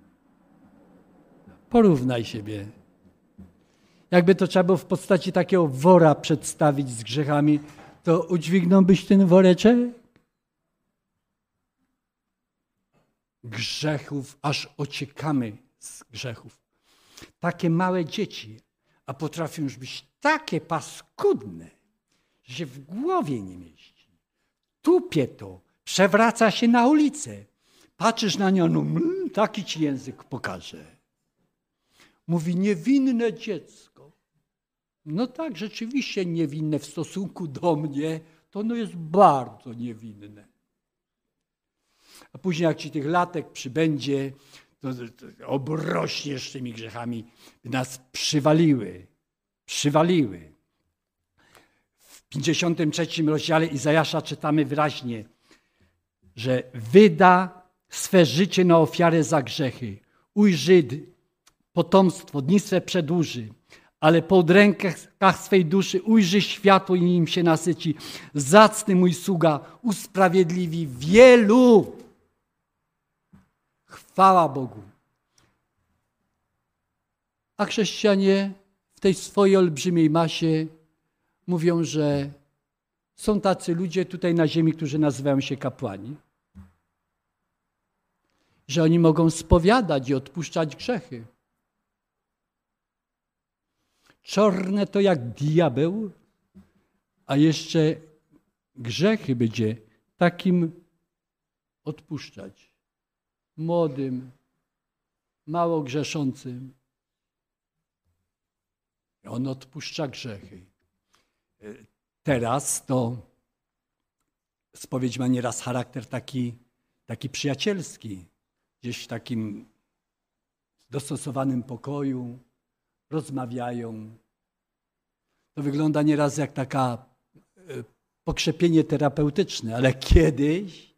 Porównaj siebie. Jakby to trzeba było w postaci takiego wora przedstawić z grzechami, to udźwignąłbyś ten woreczek? Grzechów, aż ociekamy z grzechów. Takie małe dzieci, a potrafią już być takie paskudne, że się w głowie nie mieści. Tupie to, przewraca się na ulicę. Patrzysz na nią, no mm, taki ci język pokaże. Mówi niewinne dziecko. No tak, rzeczywiście niewinne w stosunku do mnie, to ono jest bardzo niewinne. A później jak ci tych latek przybędzie, to, to obrośniesz tymi grzechami, nas przywaliły, przywaliły. W pięćdziesiątym trzecim rozdziale Izajasza czytamy wyraźnie, że wyda swe życie na ofiarę za grzechy. Ujrzy potomstwo, dni swe przedłuży, ale po udrękach swej duszy ujrzy światło i nim się nasyci. Zacny mój sługa usprawiedliwi wielu. Chwała Bogu. A chrześcijanie w tej swojej olbrzymiej masie mówią, że są tacy ludzie tutaj na ziemi, którzy nazywają się kapłani. Że oni mogą spowiadać i odpuszczać grzechy. Czarne to jak diabeł, a jeszcze grzechy będzie takim odpuszczać. Młodym, mało grzeszącym. On odpuszcza grzechy. Teraz to spowiedź ma nieraz charakter taki, taki przyjacielski. Gdzieś w takim dostosowanym pokoju rozmawiają. To wygląda nieraz jak taka pokrzepienie terapeutyczne, ale kiedyś,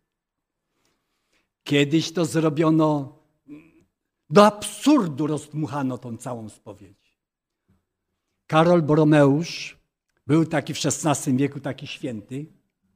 kiedyś to zrobiono, do absurdu rozdmuchano tą całą spowiedź. Karol Boromeusz, był taki w szesnastym wieku, taki święty,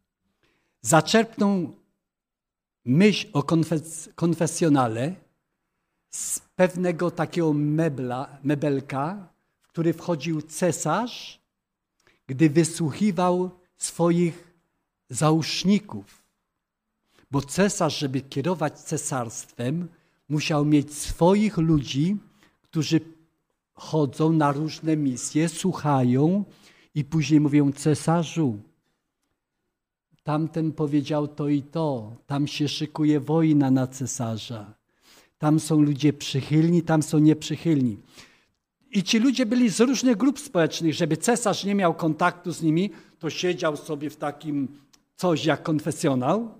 zaczerpnął myśl o konfes- konfesjonale z pewnego takiego mebla, mebelka, w który wchodził cesarz, gdy wysłuchiwał swoich załóżników. Bo cesarz, żeby kierować cesarstwem, musiał mieć swoich ludzi, którzy chodzą na różne misje, słuchają i później mówią: cesarzu, tamten powiedział to i to, tam się szykuje wojna na cesarza. Tam są ludzie przychylni, tam są nieprzychylni. I ci ludzie byli z różnych grup społecznych. Żeby cesarz nie miał kontaktu z nimi, to siedział sobie w takim coś jak konfesjonał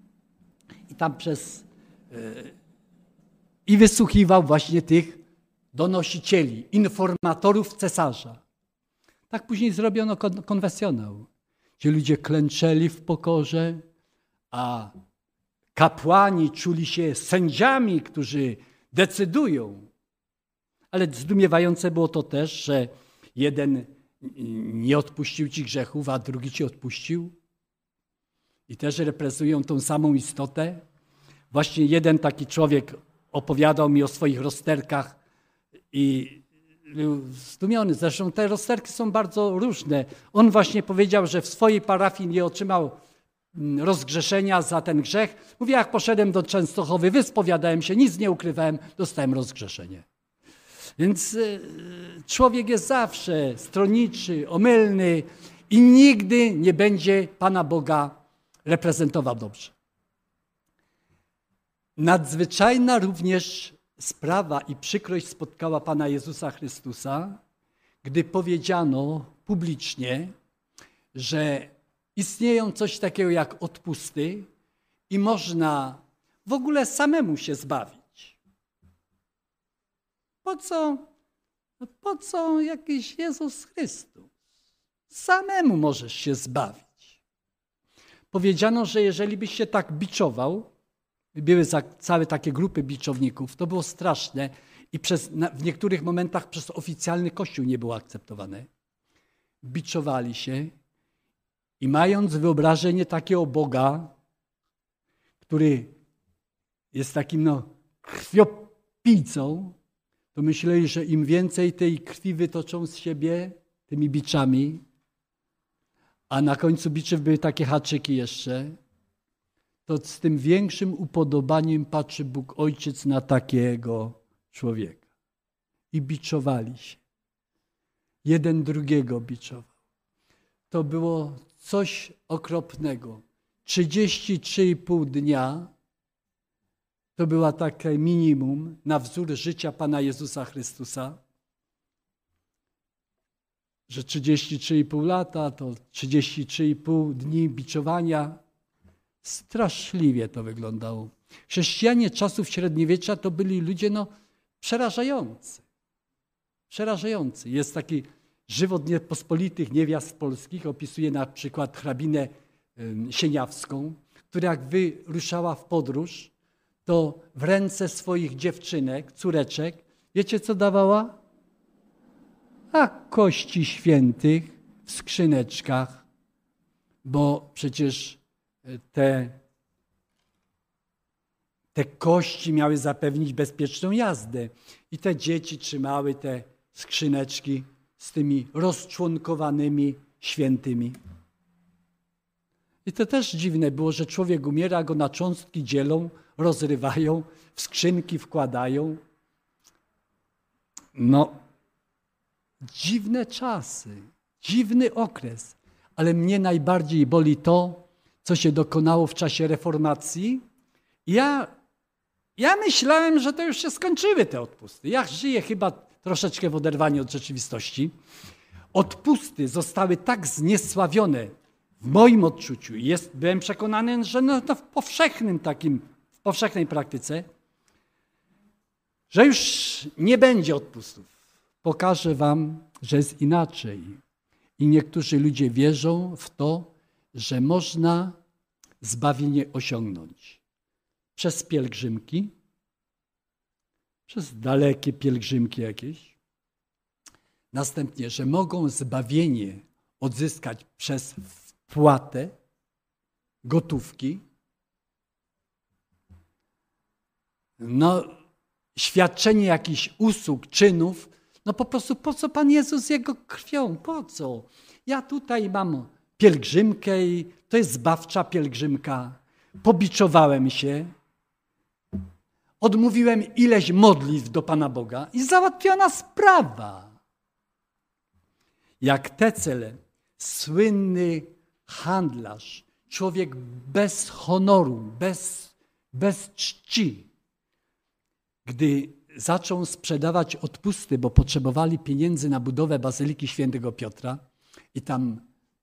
i tam przez... Yy, i wysłuchiwał właśnie tych donosicieli, informatorów cesarza. Tak później zrobiono kon- konfesjonał. Ci ludzie klęczeli w pokorze, a kapłani czuli się sędziami, którzy decydują. Ale zdumiewające było to też, że jeden nie odpuścił ci grzechów, a drugi ci odpuścił. I też reprezentują tą samą istotę. Właśnie jeden taki człowiek opowiadał mi o swoich rozterkach i był zdumiony. Zresztą te rozterki są bardzo różne. On właśnie powiedział, że w swojej parafii nie otrzymał rozgrzeszenia za ten grzech. Mówi, jak poszedłem do Częstochowy, wyspowiadałem się, nic nie ukrywałem, dostałem rozgrzeszenie. Więc człowiek jest zawsze stronniczy, omylny i nigdy nie będzie Pana Boga reprezentował dobrze. Nadzwyczajna również sprawa i przykrość spotkała Pana Jezusa Chrystusa, gdy powiedziano publicznie, że istnieją coś takiego jak odpusty i można w ogóle samemu się zbawić. Po co No po co jakiś Jezus Chrystus? Samemu możesz się zbawić. Powiedziano, że jeżeli byś się tak biczował, były całe takie grupy biczowników, to było straszne i przez, w niektórych momentach przez oficjalny kościół nie było akceptowane. Biczowali się i mając wyobrażenie takiego Boga, który jest takim no, krwiopijcą, to myśleli, że im więcej tej krwi wytoczą z siebie tymi biczami, a na końcu biczów były takie haczyki jeszcze, to z tym większym upodobaniem patrzy Bóg Ojciec na takiego człowieka. I biczowali się. Jeden drugiego biczował. To było coś okropnego. trzydzieści trzy i pół dnia to była takie minimum na wzór życia Pana Jezusa Chrystusa, że trzydzieści trzy i pół lata to trzydzieści trzy i pół dni biczowania. Straszliwie to wyglądało. Chrześcijanie czasów średniowiecza to byli ludzie no, przerażający. Przerażający. Jest taki żywot niepospolitych niewiast polskich, opisuje na przykład hrabinę Sieniawską, która jak wyruszała w podróż, to w ręce swoich dziewczynek, córeczek, wiecie co dawała? A kości świętych w skrzyneczkach, bo przecież te, te kości miały zapewnić bezpieczną jazdę. I te dzieci trzymały te skrzyneczki z tymi rozczłonkowanymi świętymi. I to też dziwne było, że człowiek umiera, go na cząstki dzielą, rozrywają, w skrzynki wkładają. No, dziwne czasy, dziwny okres, ale mnie najbardziej boli to, co się dokonało w czasie reformacji. Ja, ja myślałem, że to już się skończyły te odpusty. Ja żyję chyba troszeczkę w oderwaniu od rzeczywistości. Odpusty zostały tak zniesławione w moim odczuciu i jest, byłem przekonany, że no, to w powszechnym takim, w powszechnej praktyce, że już nie będzie odpustów. Pokażę wam, że jest inaczej. I niektórzy ludzie wierzą w to, że można zbawienie osiągnąć przez pielgrzymki, przez dalekie pielgrzymki jakieś. Następnie, że mogą zbawienie odzyskać przez wpłatę gotówki. No, świadczenie jakichś usług, czynów. No po prostu po co Pan Jezus Jego krwią? Po co? Ja tutaj mam pielgrzymkę i to jest zbawcza pielgrzymka. Pobiczowałem się. Odmówiłem ileś modlitw do Pana Boga i załatwiona sprawa. Jak Tecel, słynny handlarz, człowiek bez honoru, bez, bez czci, gdy zaczął sprzedawać odpusty, bo potrzebowali pieniędzy na budowę Bazyliki Świętego Piotra i tam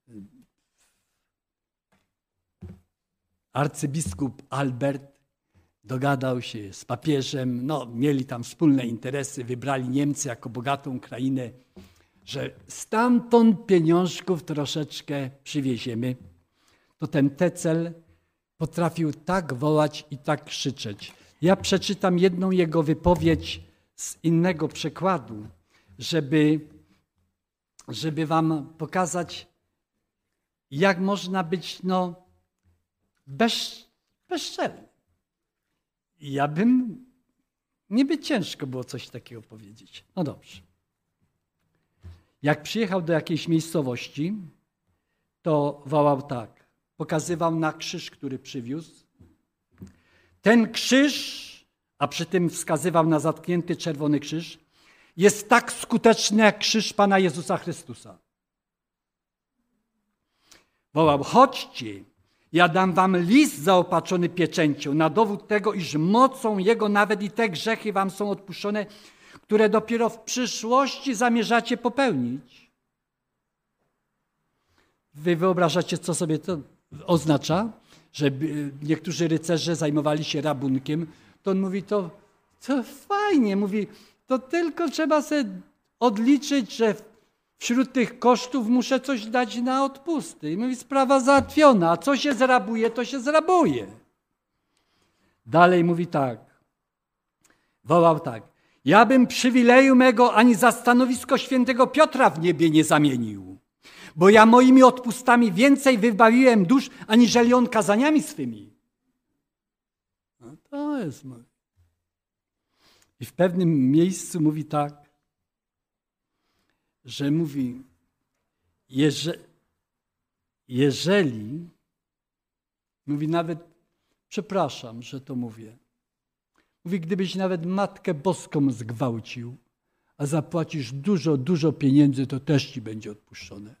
arcybiskup Albert dogadał się z papieżem, no mieli tam wspólne interesy, wybrali Niemcy jako bogatą krainę, że stamtąd pieniążków troszeczkę przywieziemy. To ten Tecel potrafił tak wołać i tak krzyczeć. Ja przeczytam jedną jego wypowiedź z innego przekładu, żeby, żeby wam pokazać, jak można być no, bez, bezczelny. Ja bym, nie by ciężko było coś takiego powiedzieć. No dobrze. Jak przyjechał do jakiejś miejscowości, to wołał tak, pokazywał na krzyż, który przywiózł. Ten krzyż, a przy tym wskazywał na zatknięty czerwony krzyż, jest tak skuteczny jak krzyż Pana Jezusa Chrystusa. Wołał, chodźcie, ja dam wam list zaopatrzony pieczęcią, na dowód tego, iż mocą Jego nawet i te grzechy wam są odpuszczone, które dopiero w przyszłości zamierzacie popełnić. Wy wyobrażacie, co sobie to oznacza? Że niektórzy rycerze zajmowali się rabunkiem, to on mówi, to, to fajnie, mówi, to tylko trzeba sobie odliczyć, że wśród tych kosztów muszę coś dać na odpusty. I mówi, sprawa załatwiona, a co się zrabuje, to się zrabuje. Dalej mówi tak, wołał tak, ja bym przywileju mego ani za stanowisko świętego Piotra w niebie nie zamienił, bo ja moimi odpustami więcej wybawiłem dusz, aniżeli on kazaniami swymi. No to jest mój. I w pewnym miejscu mówi tak, że mówi, jeże, jeżeli, mówi nawet, przepraszam, że to mówię, mówi, gdybyś nawet Matkę Boską zgwałcił, a zapłacisz dużo, dużo pieniędzy, to też ci będzie odpuszczone.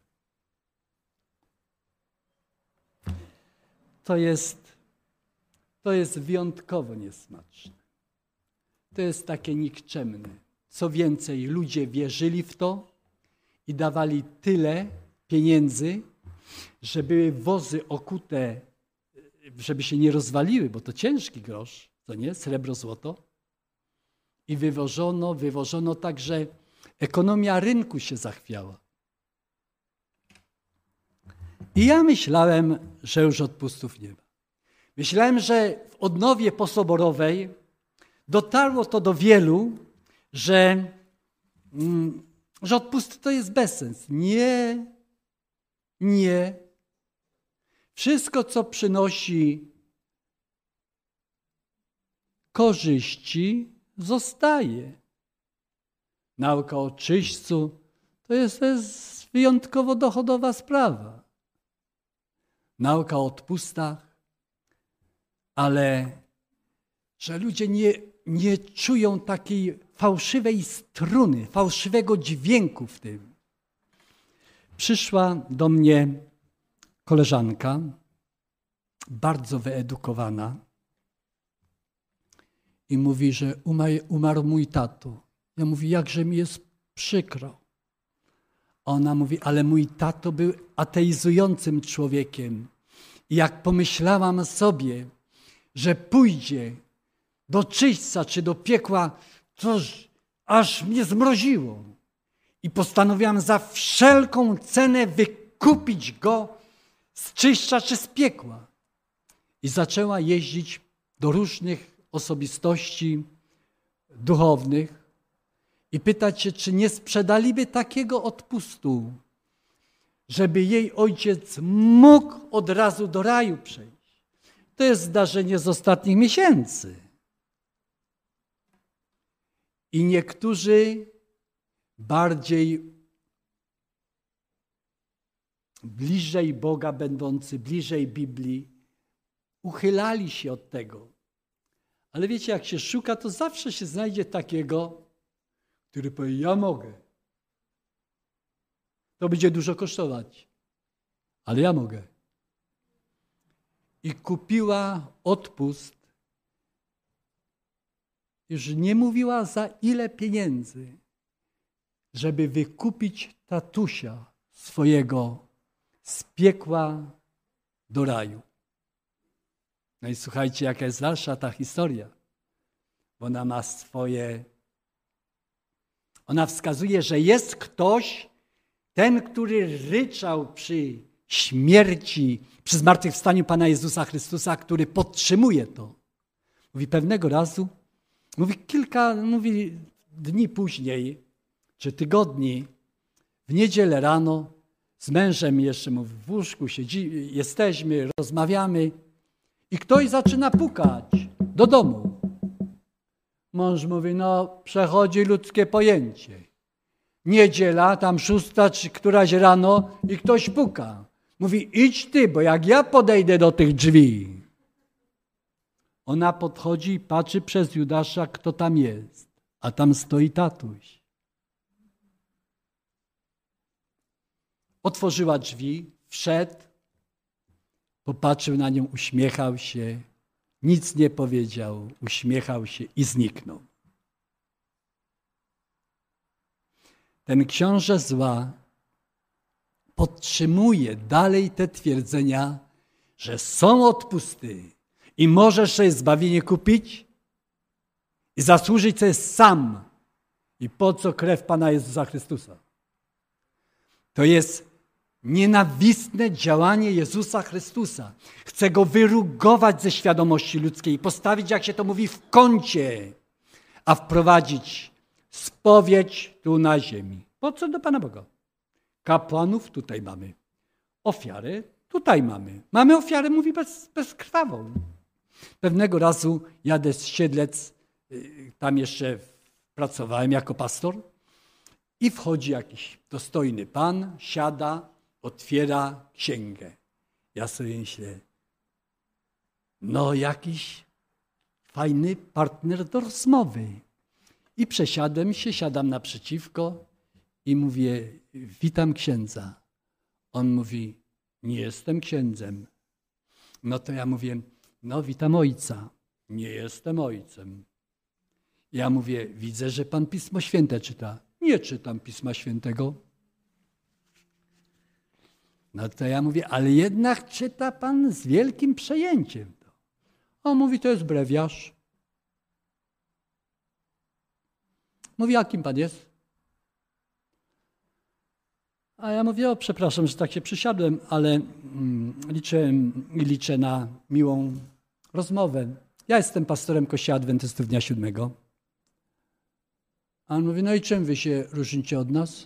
To jest, to jest wyjątkowo niesmaczne. To jest takie nikczemne. Co więcej, ludzie wierzyli w to i dawali tyle pieniędzy, że były wozy okute, żeby się nie rozwaliły, bo to ciężki grosz, to nie? Srebro, złoto. I wywożono, wywożono tak, że ekonomia rynku się zachwiała. I ja myślałem, że już odpustów nie ma. Myślałem, że w odnowie posoborowej dotarło to do wielu, że, mm, że odpusty to jest bezsens. Nie, nie. Wszystko, co przynosi korzyści, zostaje. Nauka o czyśćcu to jest, to jest wyjątkowo dochodowa sprawa. Nauka o odpustach, ale że ludzie nie, nie czują takiej fałszywej struny, fałszywego dźwięku w tym. Przyszła do mnie koleżanka, bardzo wyedukowana i mówi, że umarł mój tato. Ja mówię, jakże mi jest przykro. Ona mówi, ale mój tato był ateizującym człowiekiem. I jak pomyślałam sobie, że pójdzie do czyśćca czy do piekła, to aż mnie zmroziło. I postanowiłam za wszelką cenę wykupić go z czyśćca czy z piekła. I zaczęła jeździć do różnych osobistości duchownych i pytać się, czy nie sprzedaliby takiego odpustu, żeby jej ojciec mógł od razu do raju przejść. To jest zdarzenie z ostatnich miesięcy. I niektórzy bardziej bliżej Boga będący, bliżej Biblii, uchylali się od tego. Ale wiecie, jak się szuka, to zawsze się znajdzie takiego, który powie, ja mogę. To będzie dużo kosztować, ale ja mogę. I kupiła odpust. Już nie mówiła za ile pieniędzy, żeby wykupić tatusia swojego z piekła do raju. No i słuchajcie, jaka jest dalsza ta historia. Bo ona ma swoje... Ona wskazuje, że jest ktoś, ten, który ryczał przy śmierci, przy zmartwychwstaniu Pana Jezusa Chrystusa, który podtrzymuje to. Mówi pewnego razu, mówi kilka mówi dni później, czy tygodni, w niedzielę rano z mężem jeszcze mówi, w łóżku siedzi, jesteśmy, rozmawiamy i ktoś zaczyna pukać do domu. Mąż mówi, no przechodzi ludzkie pojęcie. Niedziela, tam szósta czy któraś rano i ktoś puka. Mówi, idź ty, bo jak ja podejdę do tych drzwi. Ona podchodzi i patrzy przez Judasza, kto tam jest. A tam stoi tatuś. Otworzyła drzwi, wszedł, popatrzył na nią, uśmiechał się, nic nie powiedział, uśmiechał się i zniknął. Ten książę zła podtrzymuje dalej te twierdzenia, że są odpusty i możesz sobie zbawienie kupić i zasłużyć sobie sam I po co krew Pana Jezusa Chrystusa? To jest nienawistne działanie Jezusa Chrystusa. Chce Go wyrugować ze świadomości ludzkiej, postawić, jak się to mówi, w kącie, a wprowadzić spowiedź tu na ziemi. Po co do Pana Boga? Kapłanów tutaj mamy. Ofiarę tutaj mamy. Mamy ofiarę, mówi, bez, bezkrwawą. Pewnego razu jadę z Siedlec, tam jeszcze pracowałem jako pastor i wchodzi jakiś dostojny pan, siada, otwiera księgę. Ja sobie myślę, no jakiś fajny partner do rozmowy. I przesiadłem się, siadam naprzeciwko i mówię, witam księdza. On mówi, nie jestem księdzem. No to ja mówię, no witam ojca. Nie jestem ojcem. Ja mówię, widzę, że pan Pismo Święte czyta. Nie czytam Pisma Świętego. No to ja mówię, ale jednak czyta pan z wielkim przejęciem. On mówi, to jest brewiarz. Mówi, jakim pan jest? A ja mówię, o przepraszam, że tak się przysiadłem, ale mm, liczę, liczę na miłą rozmowę. Ja jestem pastorem Kościoła Adwentystów Dnia Siódmego. A on mówi, no i czym wy się różnicie od nas?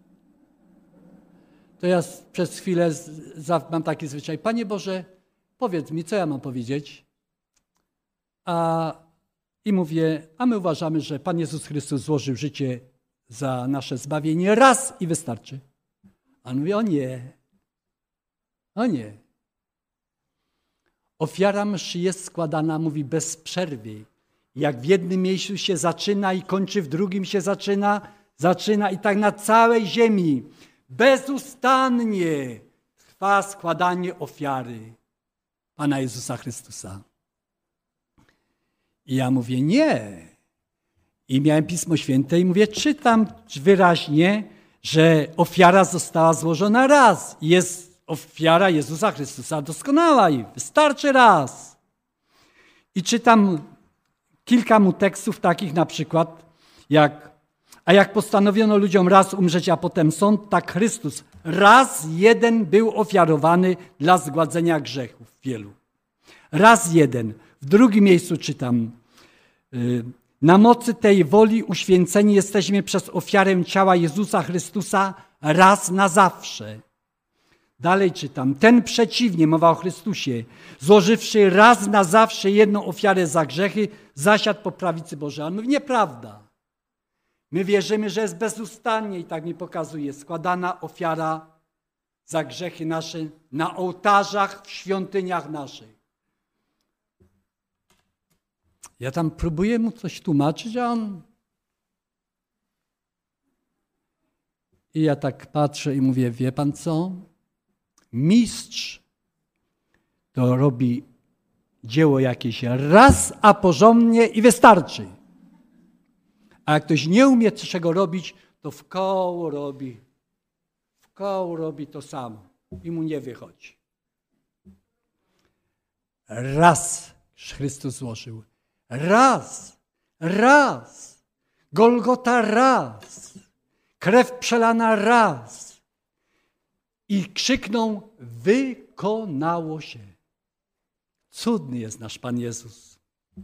To ja przez chwilę mam taki zwyczaj, Panie Boże, powiedz mi, co ja mam powiedzieć? A, I mówię, a my uważamy, że Pan Jezus Chrystus złożył życie za nasze zbawienie raz i wystarczy. A on mówi, o nie, o nie. Ofiara mszy jest składana, mówi, bez przerwy. Jak w jednym miejscu się zaczyna i kończy, w drugim się zaczyna, zaczyna i tak na całej ziemi. Bezustannie trwa składanie ofiary Pana Jezusa Chrystusa. I ja mówię, nie. I miałem Pismo Święte i mówię, czytam wyraźnie, że ofiara została złożona raz. Jest ofiara Jezusa Chrystusa doskonała i wystarczy raz. I czytam kilka mu tekstów takich na przykład, jak a jak postanowiono ludziom raz umrzeć, a potem sąd, tak Chrystus raz jeden był ofiarowany dla zgładzenia grzechów wielu. Raz jeden. W drugim miejscu czytam, na mocy tej woli uświęceni jesteśmy przez ofiarę ciała Jezusa Chrystusa raz na zawsze. Dalej czytam, ten przeciwnie, mowa o Chrystusie, złożywszy raz na zawsze jedną ofiarę za grzechy, zasiadł po prawicy Bożej. On mówi, nieprawda. My wierzymy, że jest bezustannie, i tak mi pokazuje, składana ofiara za grzechy nasze na ołtarzach w świątyniach naszych. Ja tam próbuję mu coś tłumaczyć, a on... I ja tak patrzę i mówię, wie pan co? Mistrz to robi dzieło jakieś raz, a porządnie i wystarczy. A jak ktoś nie umie czego robić, to w koło robi. W koło robi to samo i mu nie wychodzi. Raz Chrystus złożył. Raz. Raz. Golgota raz. Krew przelana raz. I krzyknął, wykonało się. Cudny jest nasz Pan Jezus.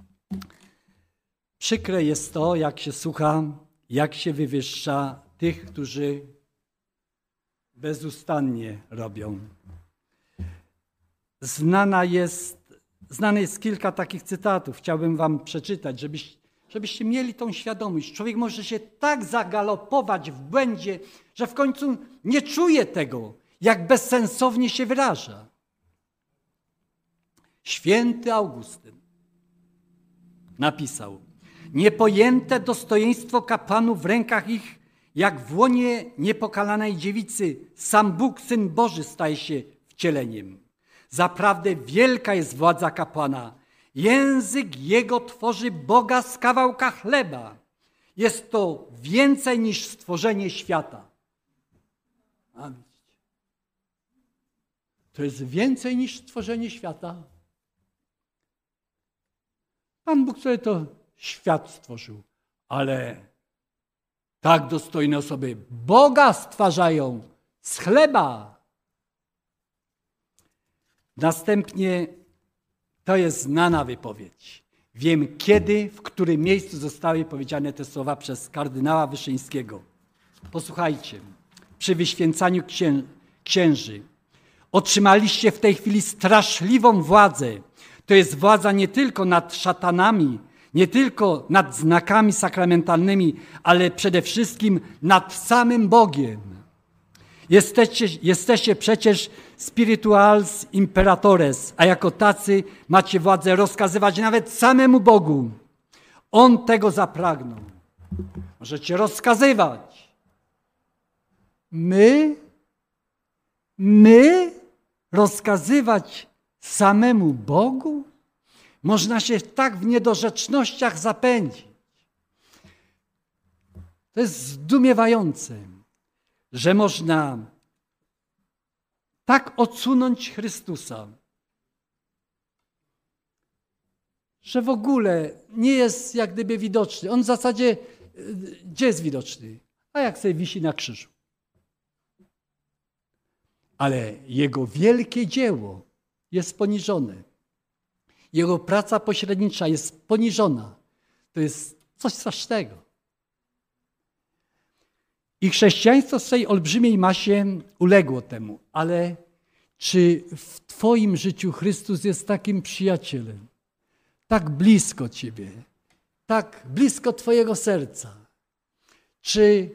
Przykre jest to, jak się słucha, jak się wywyższa tych, którzy bezustannie robią. Znana jest, znane jest kilka takich cytatów. Chciałbym wam przeczytać, żebyś, żebyście mieli tą świadomość. Człowiek może się tak zagalopować w błędzie, że w końcu nie czuje tego, jak bezsensownie się wyraża. Święty Augustyn napisał, niepojęte dostojeństwo kapłanów w rękach ich, jak w łonie niepokalanej dziewicy, sam Bóg, Syn Boży, staje się wcieleniem. Zaprawdę wielka jest władza kapłana. Język jego tworzy Boga z kawałka chleba. Jest to więcej niż stworzenie świata. A widzicie. To jest więcej niż stworzenie świata. Pan Bóg sobie to świat stworzył, ale Tak dostojne osoby Boga stwarzają z chleba. Następnie to jest znana wypowiedź. Wiem kiedy, w którym miejscu zostały powiedziane te słowa przez kardynała Wyszyńskiego. Posłuchajcie. Przy wyświęcaniu księ- księży. Otrzymaliście w tej chwili straszliwą władzę. To jest władza nie tylko nad szatanami, nie tylko nad znakami sakramentalnymi, ale przede wszystkim nad samym Bogiem. Jesteście, jesteście przecież spirituals imperatores, a jako tacy macie władzę rozkazywać nawet samemu Bogu. On tego zapragnął. Możecie rozkazywać. My, my rozkazywać samemu Bogu? Można się tak w niedorzecznościach zapędzić. To jest zdumiewające, że można tak odsunąć Chrystusa, że w ogóle nie jest jak gdyby widoczny. On w zasadzie, gdzie jest widoczny? A jak sobie wisi na krzyżu. Ale Jego wielkie dzieło jest poniżone. Jego praca pośrednicza jest poniżona. To jest coś strasznego. I chrześcijaństwo w swej olbrzymiej masie uległo temu. Ale czy w Twoim życiu Chrystus jest takim przyjacielem? Tak blisko Ciebie, tak blisko Twojego serca. Czy,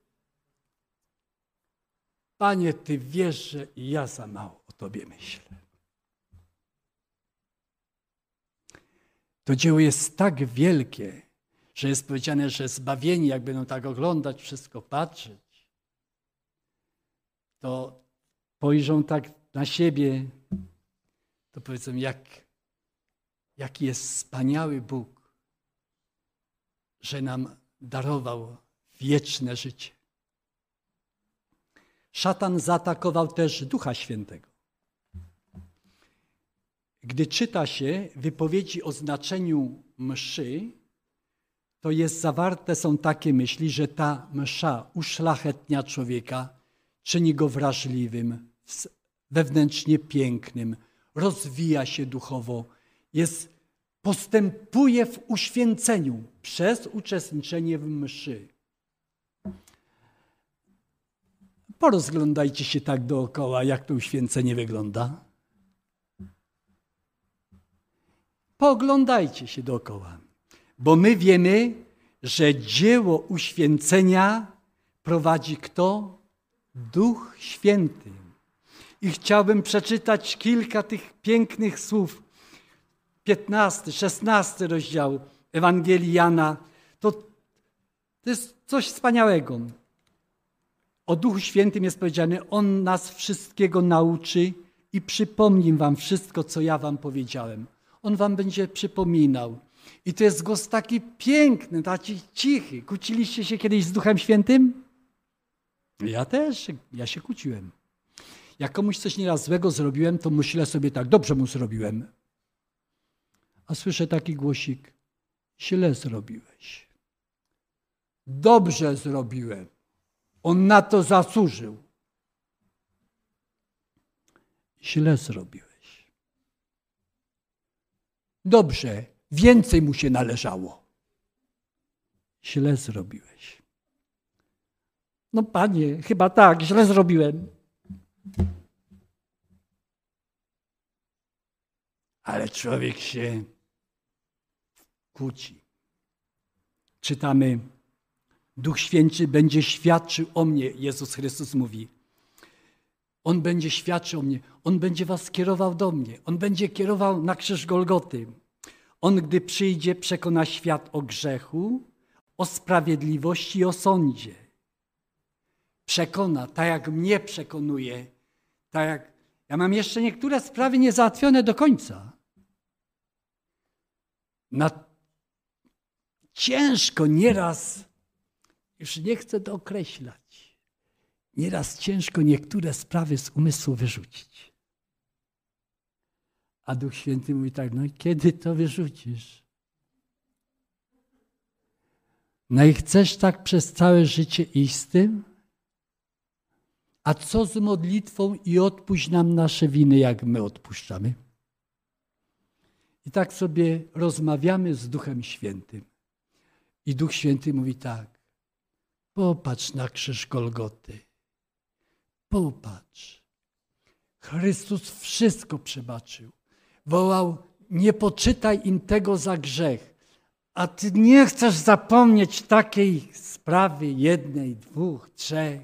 Panie, Ty wiesz, że i ja za mało o Tobie myślę. To dzieło jest tak wielkie, że jest powiedziane, że zbawieni, jak będą tak oglądać, wszystko patrzeć, to spojrzą tak na siebie, to powiedzą, jak, jaki jest wspaniały Bóg, że nam darował wieczne życie. Szatan zaatakował też Ducha Świętego. Gdy czyta się wypowiedzi o znaczeniu mszy, to jest zawarte są takie myśli, że ta msza uszlachetnia człowieka, czyni go wrażliwym, wewnętrznie pięknym, rozwija się duchowo, jest, postępuje w uświęceniu przez uczestniczenie w mszy. Porozglądajcie się tak dookoła, jak to uświęcenie wygląda. Pooglądajcie się dookoła, bo my wiemy, że dzieło uświęcenia prowadzi kto? Duch Święty. I chciałbym przeczytać kilka tych pięknych słów. piętnasty, szesnasty rozdział Ewangelii Jana. To, to jest coś wspaniałego. O Duchu Świętym jest powiedziane, On nas wszystkiego nauczy i przypomni wam wszystko, co ja wam powiedziałem. On wam będzie przypominał. I to jest głos taki piękny, taki cichy. Kłóciliście się kiedyś z Duchem Świętym? Ja też, ja się kłóciłem. Jak komuś coś nieraz złego zrobiłem, to myślę sobie tak, dobrze mu zrobiłem. A słyszę taki głosik, źle zrobiłeś. Dobrze zrobiłem. On na to zasłużył. Źle zrobiłeś. Dobrze, więcej mu się należało. Źle zrobiłeś. No Panie, chyba tak, źle zrobiłem. Ale człowiek się kłóci. Czytamy, Duch Święty będzie świadczył o mnie, Jezus Chrystus mówi. On będzie świadczył o mnie. On będzie was kierował do mnie. On będzie kierował na krzyż Golgoty. On, gdy przyjdzie, przekona świat o grzechu, o sprawiedliwości i o sądzie. Przekona, tak jak mnie przekonuje. Tak jak ja mam jeszcze niektóre sprawy niezałatwione do końca. Na ciężko nieraz, już nie chcę to określać, nieraz ciężko niektóre sprawy z umysłu wyrzucić. A Duch Święty mówi tak, no kiedy to wyrzucisz? No i chcesz tak przez całe życie iść z tym? A co z modlitwą i odpuść nam nasze winy, jak my odpuszczamy? I tak sobie rozmawiamy z Duchem Świętym. I Duch Święty mówi tak: popatrz na krzyż Golgoty. Popatrz. Chrystus wszystko przebaczył. Wołał: nie poczytaj im tego za grzech. A ty nie chcesz zapomnieć takiej sprawy jednej, dwóch, trzech.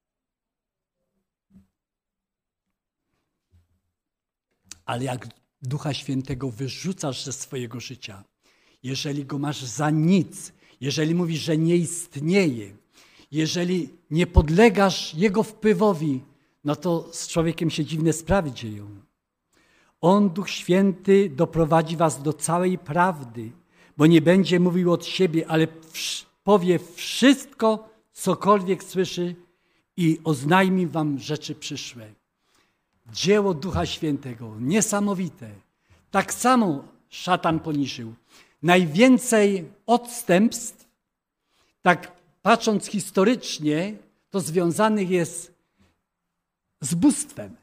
Ale jak Ducha Świętego wyrzucasz ze swojego życia, jeżeli go masz za nic, jeżeli mówisz, że nie istnieje, jeżeli nie podlegasz jego wpływowi, no to z człowiekiem się dziwne sprawy dzieją. On, Duch Święty, doprowadzi was do całej prawdy, bo nie będzie mówił od siebie, ale powie wszystko, cokolwiek słyszy i oznajmi wam rzeczy przyszłe. Dzieło Ducha Świętego, niesamowite. Tak samo szatan poniżył. Najwięcej odstępstw, tak patrząc historycznie, to związanych jest z bóstwem.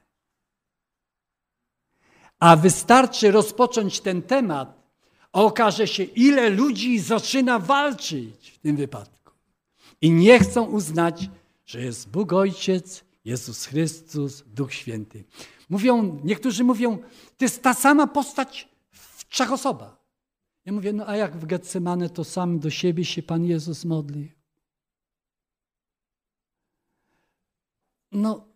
A wystarczy rozpocząć ten temat, a okaże się, ile ludzi zaczyna walczyć w tym wypadku. I nie chcą uznać, że jest Bóg Ojciec, Jezus Chrystus, Duch Święty. Mówią, niektórzy mówią, to jest ta sama postać w trzech osobach. Ja mówię, no a jak w Getsemane, to sam do siebie się Pan Jezus modli. No,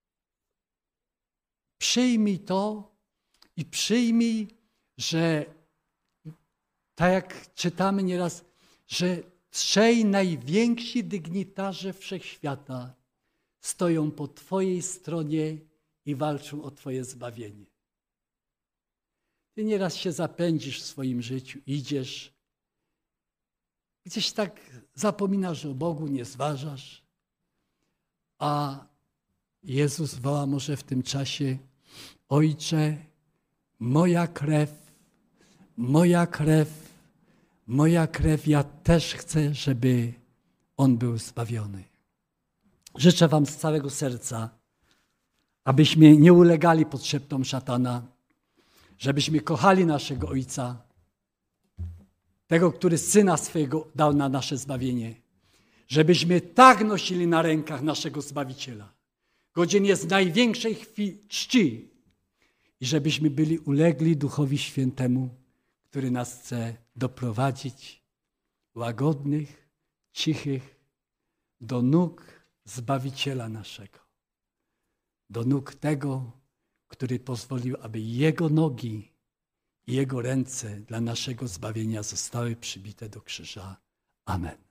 przyjmij to i przyjmij, że tak jak czytamy nieraz, że trzej najwięksi dygnitarze wszechświata stoją po Twojej stronie i walczą o Twoje zbawienie. Ty nieraz się zapędzisz w swoim życiu, idziesz, gdzieś tak zapominasz o Bogu, nie zważasz, a Jezus woła może w tym czasie: Ojcze, moja krew, moja krew, moja krew, ja też chcę, żeby On był zbawiony. Życzę wam z całego serca, abyśmy nie ulegali podszeptom szatana, żebyśmy kochali naszego Ojca, tego, który Syna swojego dał na nasze zbawienie, żebyśmy tak nosili na rękach naszego Zbawiciela, godzien jest największej chwili czci, i żebyśmy byli ulegli Duchowi Świętemu, który nas chce doprowadzić łagodnych, cichych do nóg Zbawiciela naszego, do nóg tego, który pozwolił, aby Jego nogi i Jego ręce dla naszego zbawienia zostały przybite do krzyża. Amen.